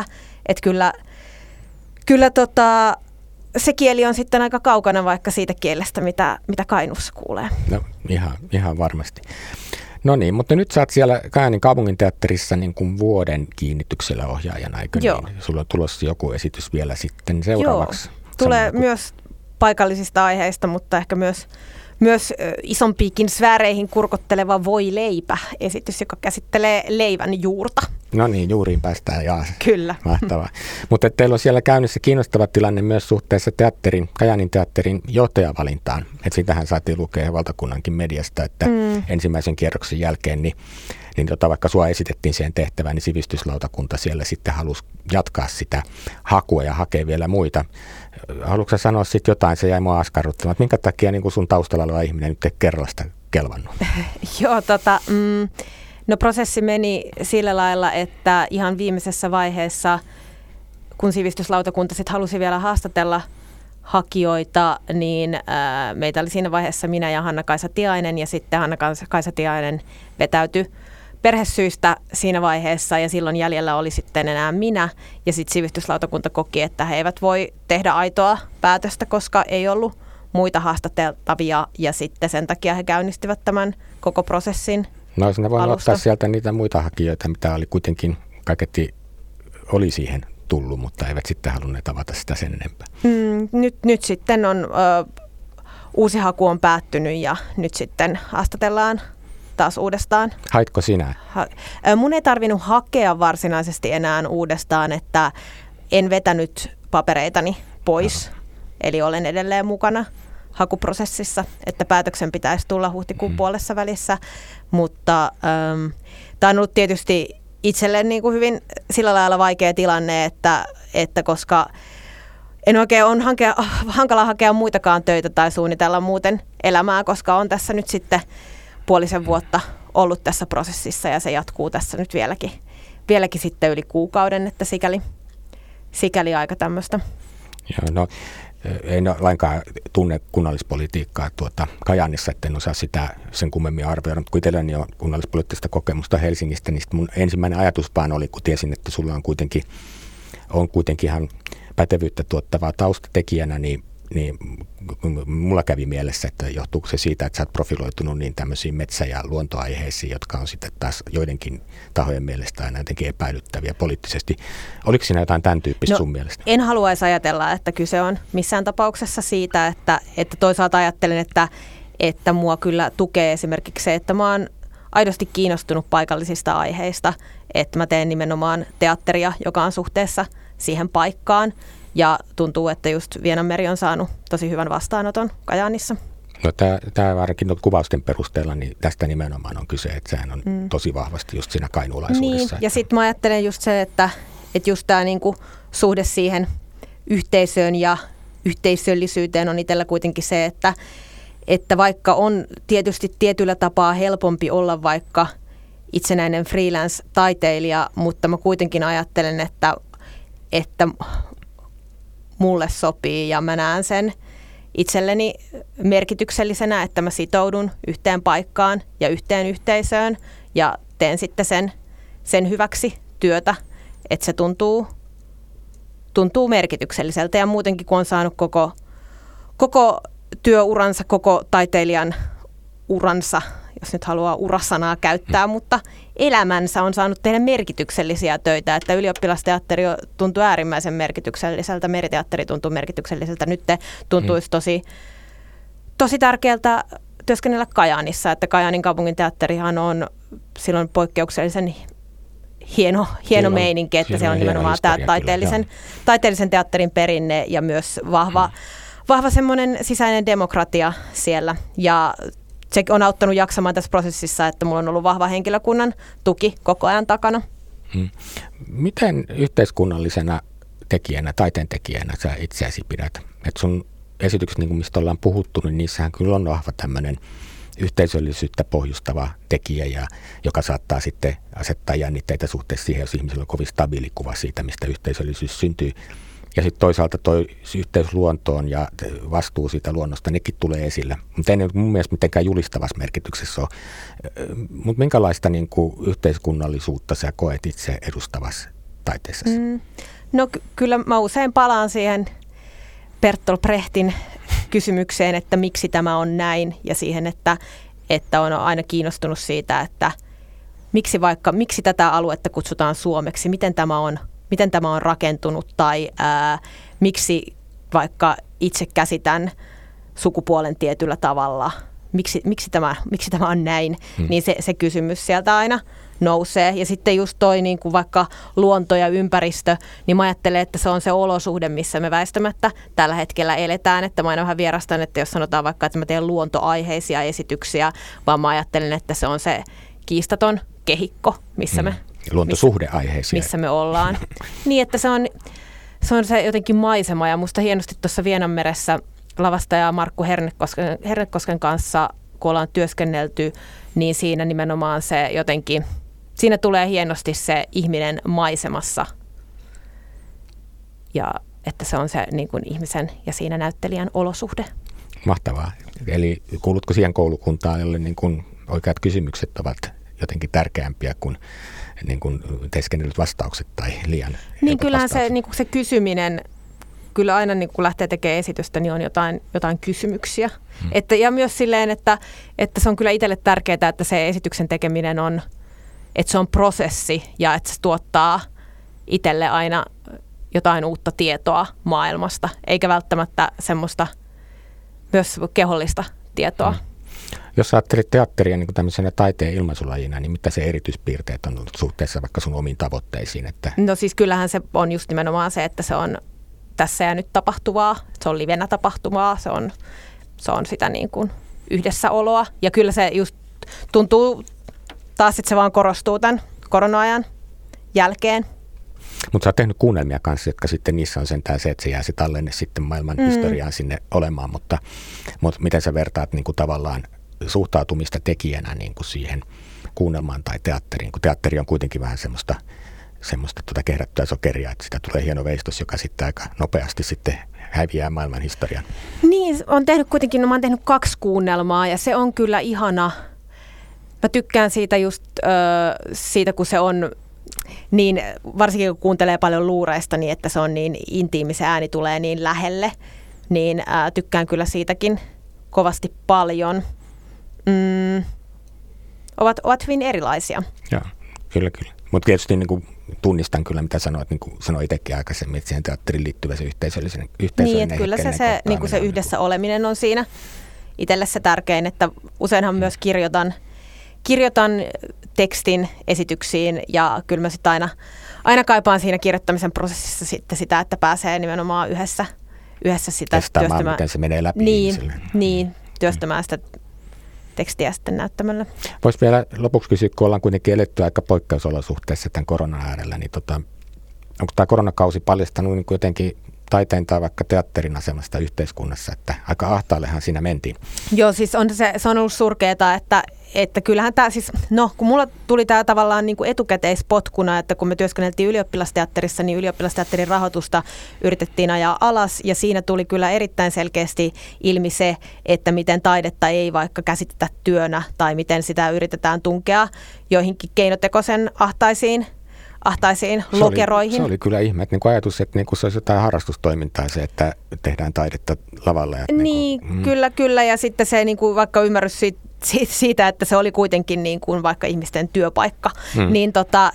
kyllä se kieli on sitten aika kaukana vaikka siitä kielestä, mitä Kainuussa kuulee. No ihan varmasti. No niin, mutta nyt sä oot siellä Kajaanin kaupunginteatterissa niin kuin vuoden kiinnityksellä ohjaajana, eikö niin? Sulla on tulossa joku esitys vielä sitten seuraavaksi. Joo, tulee myös paikallisista aiheista, mutta ehkä myös isompiikin sfääreihin kurkotteleva Voi leipä-esitys, joka käsittelee leivän juurta. No niin, juuriin päästään, jaa. Kyllä. Mahtavaa. Mutta teillä on siellä käynnissä kiinnostava tilanne myös suhteessa Kajaanin teatterin johtajavalintaan. Että sitähän saatiin lukea valtakunnankin mediasta, että ensimmäisen kierroksen jälkeen, niin vaikka sua esitettiin siihen tehtävään, niin sivistyslautakunta siellä sitten halusi jatkaa sitä hakua ja hakea vielä muita. Haluatko sä sanoa sitten jotain, se jäi mua askarruttamaan, että minkä takia niin sun taustalla oleva ihminen nyt ei Kerralasta kelvannut? Joo, no prosessi meni sillä lailla, että ihan viimeisessä vaiheessa, kun sivistyslautakunta sitten halusi vielä haastatella hakijoita, niin meitä oli siinä vaiheessa minä ja Hanna-Kaisa Tiainen, ja sitten Hanna-Kaisa Tiainen vetäytyi perhesyistä siinä vaiheessa, ja silloin jäljellä oli sitten enää minä, ja sitten sivistyslautakunta koki, että he eivät voi tehdä aitoa päätöstä, koska ei ollut muita haastateltavia, ja sitten sen takia he käynnistivät tämän koko prosessin. No sinä voin ottaa sieltä niitä muita hakijoita, mitä oli kuitenkin kaiketi oli siihen tullut, mutta eivät sitten halunneet avata sitä sen enempää. Nyt sitten on uusi haku on päättynyt ja nyt sitten haastatellaan taas uudestaan. Haitko sinä? Mun ei tarvinnut hakea varsinaisesti enää uudestaan, että en vetänyt papereitani pois. Eli olen edelleen mukana hakuprosessissa, että päätöksen pitäisi tulla huhtikuun puolessa välissä, mutta tämä on ollut tietysti itselleen niin kuin hyvin sillä lailla vaikea tilanne, että koska en oikein on hankala hakea muitakaan töitä tai suunnitella muuten elämää, koska on tässä nyt sitten puolisen vuotta ollut tässä prosessissa ja se jatkuu tässä nyt vieläkin sitten yli kuukauden, että sikäli aika tämmöistä. Joo, no en lainkaan tunne kunnallispolitiikkaa Kajaanissa, etten osaa sitä sen kummemmin arvioida, mutta kun itselläni on kunnallispoliittista kokemusta Helsingistä, niin mun ensimmäinen ajatus vaan oli, kun tiesin, että sulla on kuitenkin ihan pätevyyttä tuottavaa taustatekijänä, niin mulla kävi mielessä, että johtuuko se siitä, että sä oot profiloitunut niin tämmöisiin metsä- ja luontoaiheisiin, jotka on sitten taas joidenkin tahojen mielestä aina jotenkin epäilyttäviä poliittisesti. Oliko siinä jotain tämän tyyppistä sun mielestä? En haluaisi ajatella, että kyse on missään tapauksessa siitä, että toisaalta ajattelen, että mua kyllä tukee esimerkiksi se, että mä oon aidosti kiinnostunut paikallisista aiheista, että mä teen nimenomaan teatteria, joka on suhteessa siihen paikkaan. Ja tuntuu, että just Vienanmeri on saanut tosi hyvän vastaanoton Kajaanissa. No tämä ainakin kuvausten perusteella, niin tästä nimenomaan on kyse, että sehän on tosi vahvasti just siinä kainuulaisuudessa. Niin, ja sitten mä ajattelen just se, että just tämä niinku suhde siihen yhteisöön ja yhteisöllisyyteen on itsellä kuitenkin se, että vaikka on tietysti tietyllä tapaa helpompi olla vaikka itsenäinen freelance-taiteilija, mutta mä kuitenkin ajattelen, että mulle sopii ja mä näen sen itselleni merkityksellisenä, että mä sitoudun yhteen paikkaan ja yhteen yhteisöön ja teen sitten sen hyväksi työtä, että se tuntuu merkitykselliseltä ja muutenkin kun on saanut koko työuransa, koko taiteilijan uransa, jos nyt haluaa urasanaa käyttää, mutta elämänsä on saanut tehdä merkityksellisiä töitä, että ylioppilasteatteri tuntuu äärimmäisen merkitykselliseltä, meriteatteri tuntuu merkitykselliseltä, nyt tuntuisi tosi tärkeältä työskennellä Kajaanissa, että Kajaanin kaupunginteatterihan on silloin poikkeuksellisen hieno meininki, että siellä on nimenomaan tämä taiteellisen teatterin perinne ja myös vahva semmoinen sisäinen demokratia siellä ja se on auttanut jaksamaan tässä prosessissa, että mulla on ollut vahva henkilökunnan tuki koko ajan takana. Miten yhteiskunnallisena tekijänä, taiteen tekijänä sä itseäsi pidät? Et sun esitykset, niin mistä ollaan puhuttu, niin niissähän kyllä on vahva tämmöinen yhteisöllisyyttä pohjustava tekijä, joka saattaa sitten asettaa jännitteitä suhteessa siihen, jos ihmisillä on kovin stabiili kuva siitä, mistä yhteisöllisyys syntyy. Ja sitten toisaalta toi yhteys luontoon ja vastuu siitä luonnosta, nekin tulee esille. Mutta ei mun mielestä mitenkään julistavassa merkityksessä ole. Mutta minkälaista niin kuin yhteiskunnallisuutta sä koet itse edustavassa taiteessasi? No kyllä mä usein palaan siihen Bertolt Brechtin kysymykseen, että miksi tämä on näin ja siihen, että on aina kiinnostunut siitä, että miksi tätä aluetta kutsutaan Suomeksi, miten tämä on rakentunut tai miksi vaikka itse käsitän sukupuolen tietyllä tavalla, miksi tämä on näin, niin se kysymys sieltä aina nousee. Ja sitten just toi niin kuin vaikka luonto ja ympäristö, niin mä ajattelen, että se on se olosuhde, missä me väistämättä tällä hetkellä eletään. Että mä aina vähän vierastan, että jos sanotaan vaikka, että mä teen luontoaiheisia esityksiä, vaan mä ajattelen, että se on se kiistaton kehikko, missä me luontosuhdeaiheisia. Missä me ollaan. Niin, että se on se jotenkin maisema ja musta hienosti tuossa Vienanmeressä lavastaja Markku Hernekosken kanssa, kun ollaan työskennelty, niin siinä nimenomaan se jotenkin, siinä tulee hienosti se ihminen maisemassa ja että se on se niin kuin ihmisen ja siinä näyttelijän olosuhde. Mahtavaa. Eli kuulutko siihen koulukuntaan, jolle niin kuin oikeat kysymykset ovat jotenkin tärkeämpiä kuin niin kuin teeskennellyt vastaukset tai liian niin kyllähän se, niin kuin se kysyminen, kyllä aina niin kun lähtee tekemään esitystä, niin on jotain kysymyksiä. Ja myös silleen, että se on kyllä itselle tärkeää, että se esityksen tekeminen on, että se on prosessi ja että se tuottaa itselle aina jotain uutta tietoa maailmasta, eikä välttämättä semmoista myös kehollista tietoa. Jos ajattelet teatteria niin kuin tämmöisenä taiteen ilmaisulajina, niin mitä se erityispiirteet on suhteessa vaikka sun omiin tavoitteisiin? Että... No siis kyllähän se on just nimenomaan se, että se on tässä ja nyt tapahtuvaa, se on livenä tapahtuvaa, se on sitä niin kuin yhdessäoloa. Ja kyllä se just tuntuu taas, että se vaan korostuu tämän korona-ajan jälkeen. Mutta sä oot tehnyt kuunnelmia kanssa, jotka sitten niissä on sentään se, että se jää se tallenne sitten maailman historiaan sinne olemaan, mutta miten sä vertaat niin kuin tavallaan suhtautumista tekijänä niin kuin siihen kuunnelmaan tai teatteriin, kun teatteri on kuitenkin vähän semmoista kehrättyä sokeria, että sitä tulee hieno veistos, joka sitten aika nopeasti sitten häviää maailman historian. Niin, mä oon tehnyt 2 kuunnelmaa ja se on kyllä ihana. Mä tykkään siitä just siitä, kun se on niin varsinkin kun kuuntelee paljon luureista, niin että se on niin intiimi, se ääni tulee niin lähelle, niin tykkään kyllä siitäkin kovasti paljon. Ovat hyvin erilaisia. Joo, kyllä. Mutta tietysti niin kuin tunnistan kyllä, mitä sanoit, niin kuin sanoin itsekin aikaisemmin, että siihen teatteriin liittyvä se yhteisöllinen niin, että kyllä se yhdessä oleminen on siinä itselle se tärkein, että useinhan myös kirjoitan tekstin esityksiin ja kyllä mä sitten aina kaipaan siinä kirjoittamisen prosessissa sitten sitä, että pääsee nimenomaan yhdessä sitä työstämään, miten se menee läpi niin, työstämään sitä tekstiä sitten näyttämällä. Voisi vielä lopuksi kysyä, kun ollaan kuitenkin eletty aika poikkeusolosuhteissa tämän koronan äärellä, niin onko tämä koronakausi paljastanut niin jotenkin taiteen tai vaikka teatterin asemasta yhteiskunnassa, että aika ahtaallehan siinä mentiin? Joo, siis se on ollut surkeeta, että kyllähän tämä siis, kun mulla tuli tämä tavallaan niin kuin etukäteispotkuna, että kun me työskenneltiin ylioppilasteatterissa, niin ylioppilasteatterin rahoitusta yritettiin ajaa alas ja siinä tuli kyllä erittäin selkeästi ilmi se, että miten taidetta ei vaikka käsitetä työnä tai miten sitä yritetään tunkea joihinkin keinotekoisen ahtaisiin lokeroihin. Se oli kyllä ihme, että niin ajatus, että niin se olisi jotain harrastustoimintaa se, että tehdään taidetta lavalla. Kyllä ja sitten se niin kuin vaikka ymmärrys siitä, että se oli kuitenkin niin kuin vaikka ihmisten työpaikka, niin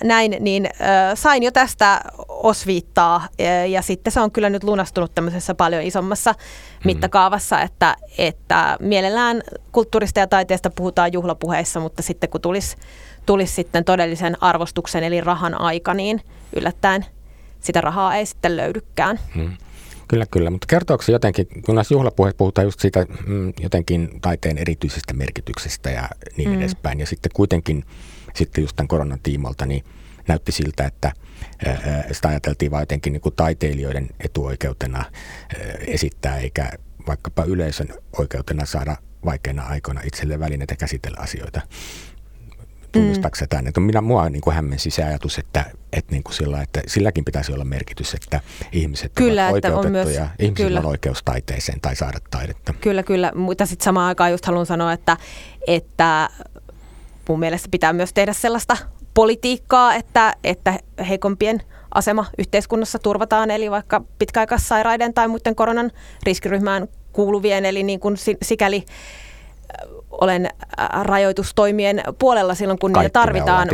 sain jo tästä osviittaa ja sitten se on kyllä nyt lunastunut tämmöisessä paljon isommassa mittakaavassa, että mielellään kulttuurista ja taiteesta puhutaan juhlapuheissa, mutta sitten kun tulisi sitten todellisen arvostuksen eli rahan aika, niin yllättäen sitä rahaa ei sitten löydykään. Kyllä, mutta kertooko se jotenkin, kun näissä juhlapuheissa puhutaan just siitä jotenkin taiteen erityisestä merkityksestä ja niin edespäin, ja sitten kuitenkin sitten just tämän koronan tiimolta, niin näytti siltä, että sitä ajateltiin vain jotenkin niin kuin taiteilijoiden etuoikeutena esittää, eikä vaikkapa yleisön oikeutena saada vaikeina aikoina itselleen välineitä käsitellä asioita. Tunnistaako sä tämän? Mua niin kuin hämmensi se ajatus, että silläkin pitäisi olla merkitys, että ihmiset ovat oikeutettuja, ihmisillä on oikeus taiteeseen tai saada taidetta. Kyllä, mutta sitten samaan aikaan just haluan sanoa, että mun mielestä pitää myös tehdä sellaista politiikkaa, että heikompien asema yhteiskunnassa turvataan, eli vaikka pitkäaikaissairaiden tai muiden koronan riskiryhmään kuuluvien, eli niin kuin sikäli olen rajoitustoimien puolella silloin, kun niitä tarvitaan,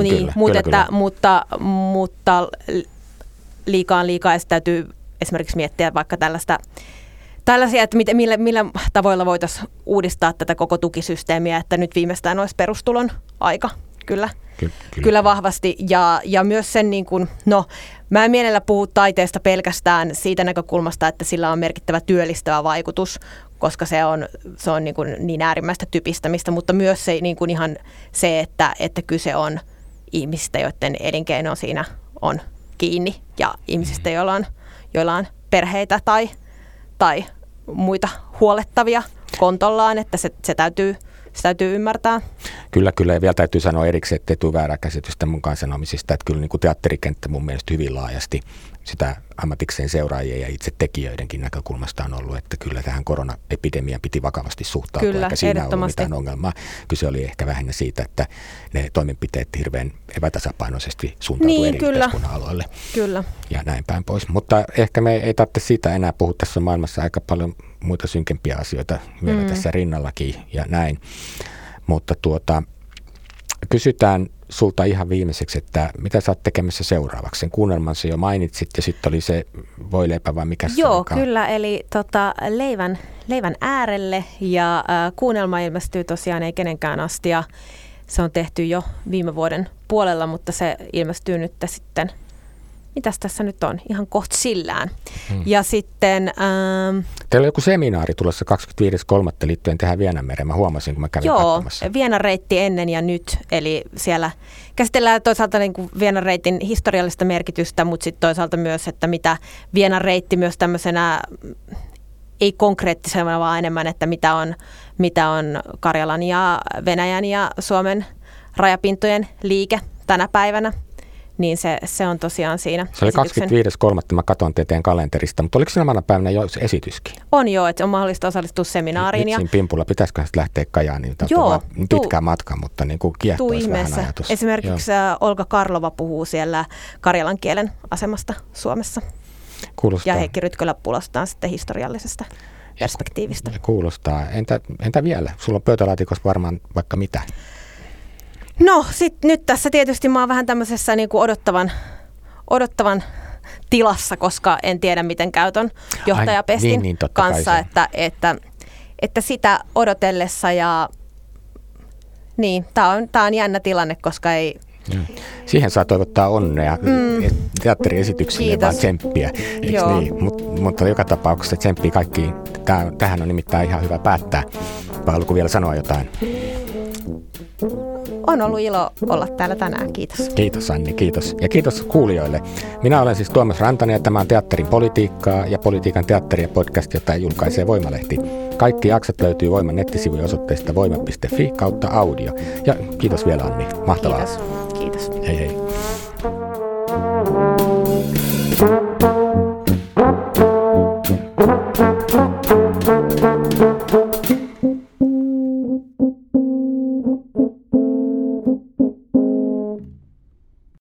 mutta liikaa ja täytyy esimerkiksi miettiä vaikka tällaisia, että millä tavoilla voitaisiin uudistaa tätä koko tukisysteemiä, että nyt viimeistään olisi perustulon aika, kyllä vahvasti. Ja myös sen, niin kuin, mä en mielellä puhu taiteesta pelkästään siitä näkökulmasta, että sillä on merkittävä työllistävä vaikutus, koska se on niin äärimmäistä typistämistä, mutta myös se, niin kuin ihan se, että kyse on ihmisistä, joiden elinkeino siinä on kiinni ja ihmisistä, joilla on perheitä tai muita huolettavia kontollaan, että se täytyy ymmärtää. Kyllä, ja vielä täytyy sanoa erikseen, ettei tule väärää käsitystä mun kanssa sanomisista, että kyllä niin kuin teatterikenttä mun mielestä hyvin laajasti sitä ammatikseen seuraajien ja itse tekijöidenkin näkökulmasta on ollut, että kyllä tähän koronaepidemiaan piti vakavasti suhtautua, kyllä, eikä siinä ollut mitään ongelmaa. Kyse oli ehkä vähinnä siitä, että ne toimenpiteet hirveän epätasapainoisesti suuntautuu eri yhteiskunnan aloille. Kyllä. Ja näin päin pois. Mutta ehkä me ei tarvitse siitä enää puhua, tässä maailmassa aika paljon muita synkempiä asioita vielä tässä rinnallakin ja näin. Mutta kysytään sulta ihan viimeiseksi, että mitä sä oot tekemässä seuraavaksi? Sen kuunnelman sä jo mainitsit ja sitten oli se voileipä vai mikä se Joo, kyllä. Eli leivän äärelle ja kuunnelma ilmestyy tosiaan ei kenenkään asti ja se on tehty jo viime vuoden puolella, mutta se ilmestyy nyt sitten, mitäs tässä nyt on, ihan kohta sillään. Ja sitten teillä on joku seminaari tulossa 25.3. liittyen tähän Vienanmereen. Mä huomasin, kun mä kävin katsomassa. Joo, Vienan reitti ennen ja nyt. Eli siellä käsitellään toisaalta niin kuin Vienan reitin historiallista merkitystä, mutta sitten toisaalta myös, että mitä Vienan reitti myös tämmöisenä, ei konkreettisena, vaan enemmän, että mitä on Karjalan ja Venäjän ja Suomen rajapintojen liike tänä päivänä. niin se on tosiaan siinä. Se oli 25.3. mä katson teidän kalenterista, mutta oliko samana päivänä jo se esityskin? On joo, että on mahdollista osallistua seminaariin. Nyt siinä pimpulla, pitäisikö sitten lähteä Kajaaniin? Joo. Pitkä matka, mutta niin kuin kiehtoisi vähän ajatus. Esimerkiksi Olga Karlova puhuu siellä karjalan kielen asemasta Suomessa. Kuulostaa. Ja Heikki Rytkölä pulostaan sitten historiallisesta perspektiivistä. Kuulostaa. Entä vielä? Sulla on pöytälaatikossa varmaan vaikka mitä. No nyt tässä tietysti mä oon vähän tämmöisessä niin kuin odottavan tilassa, koska en tiedä miten käy ton johtajapestin kanssa, että sitä odotellessa ja niin, tää on jännä tilanne, koska ei... Siihen saa toivottaa onnea teatteriesityksille, vaan tsemppiä, eikö niin? Mutta joka tapauksessa tsemppii kaikkiin. Tähän on nimittäin ihan hyvä päättää. Vai haluatko vielä sanoa jotain? On ollut ilo olla täällä tänään. Kiitos. Kiitos Anni, kiitos. Ja kiitos kuulijoille. Minä olen siis Tuomas Rantanen ja tämä on Teatterin politiikkaa ja politiikan teatteria podcast, jota julkaisee Voimalehti. Kaikki jaksot löytyy Voiman nettisivujen osoitteesta voima.fi/audio. Ja kiitos vielä Anni. Mahtavaa. Kiitos. Hei hei.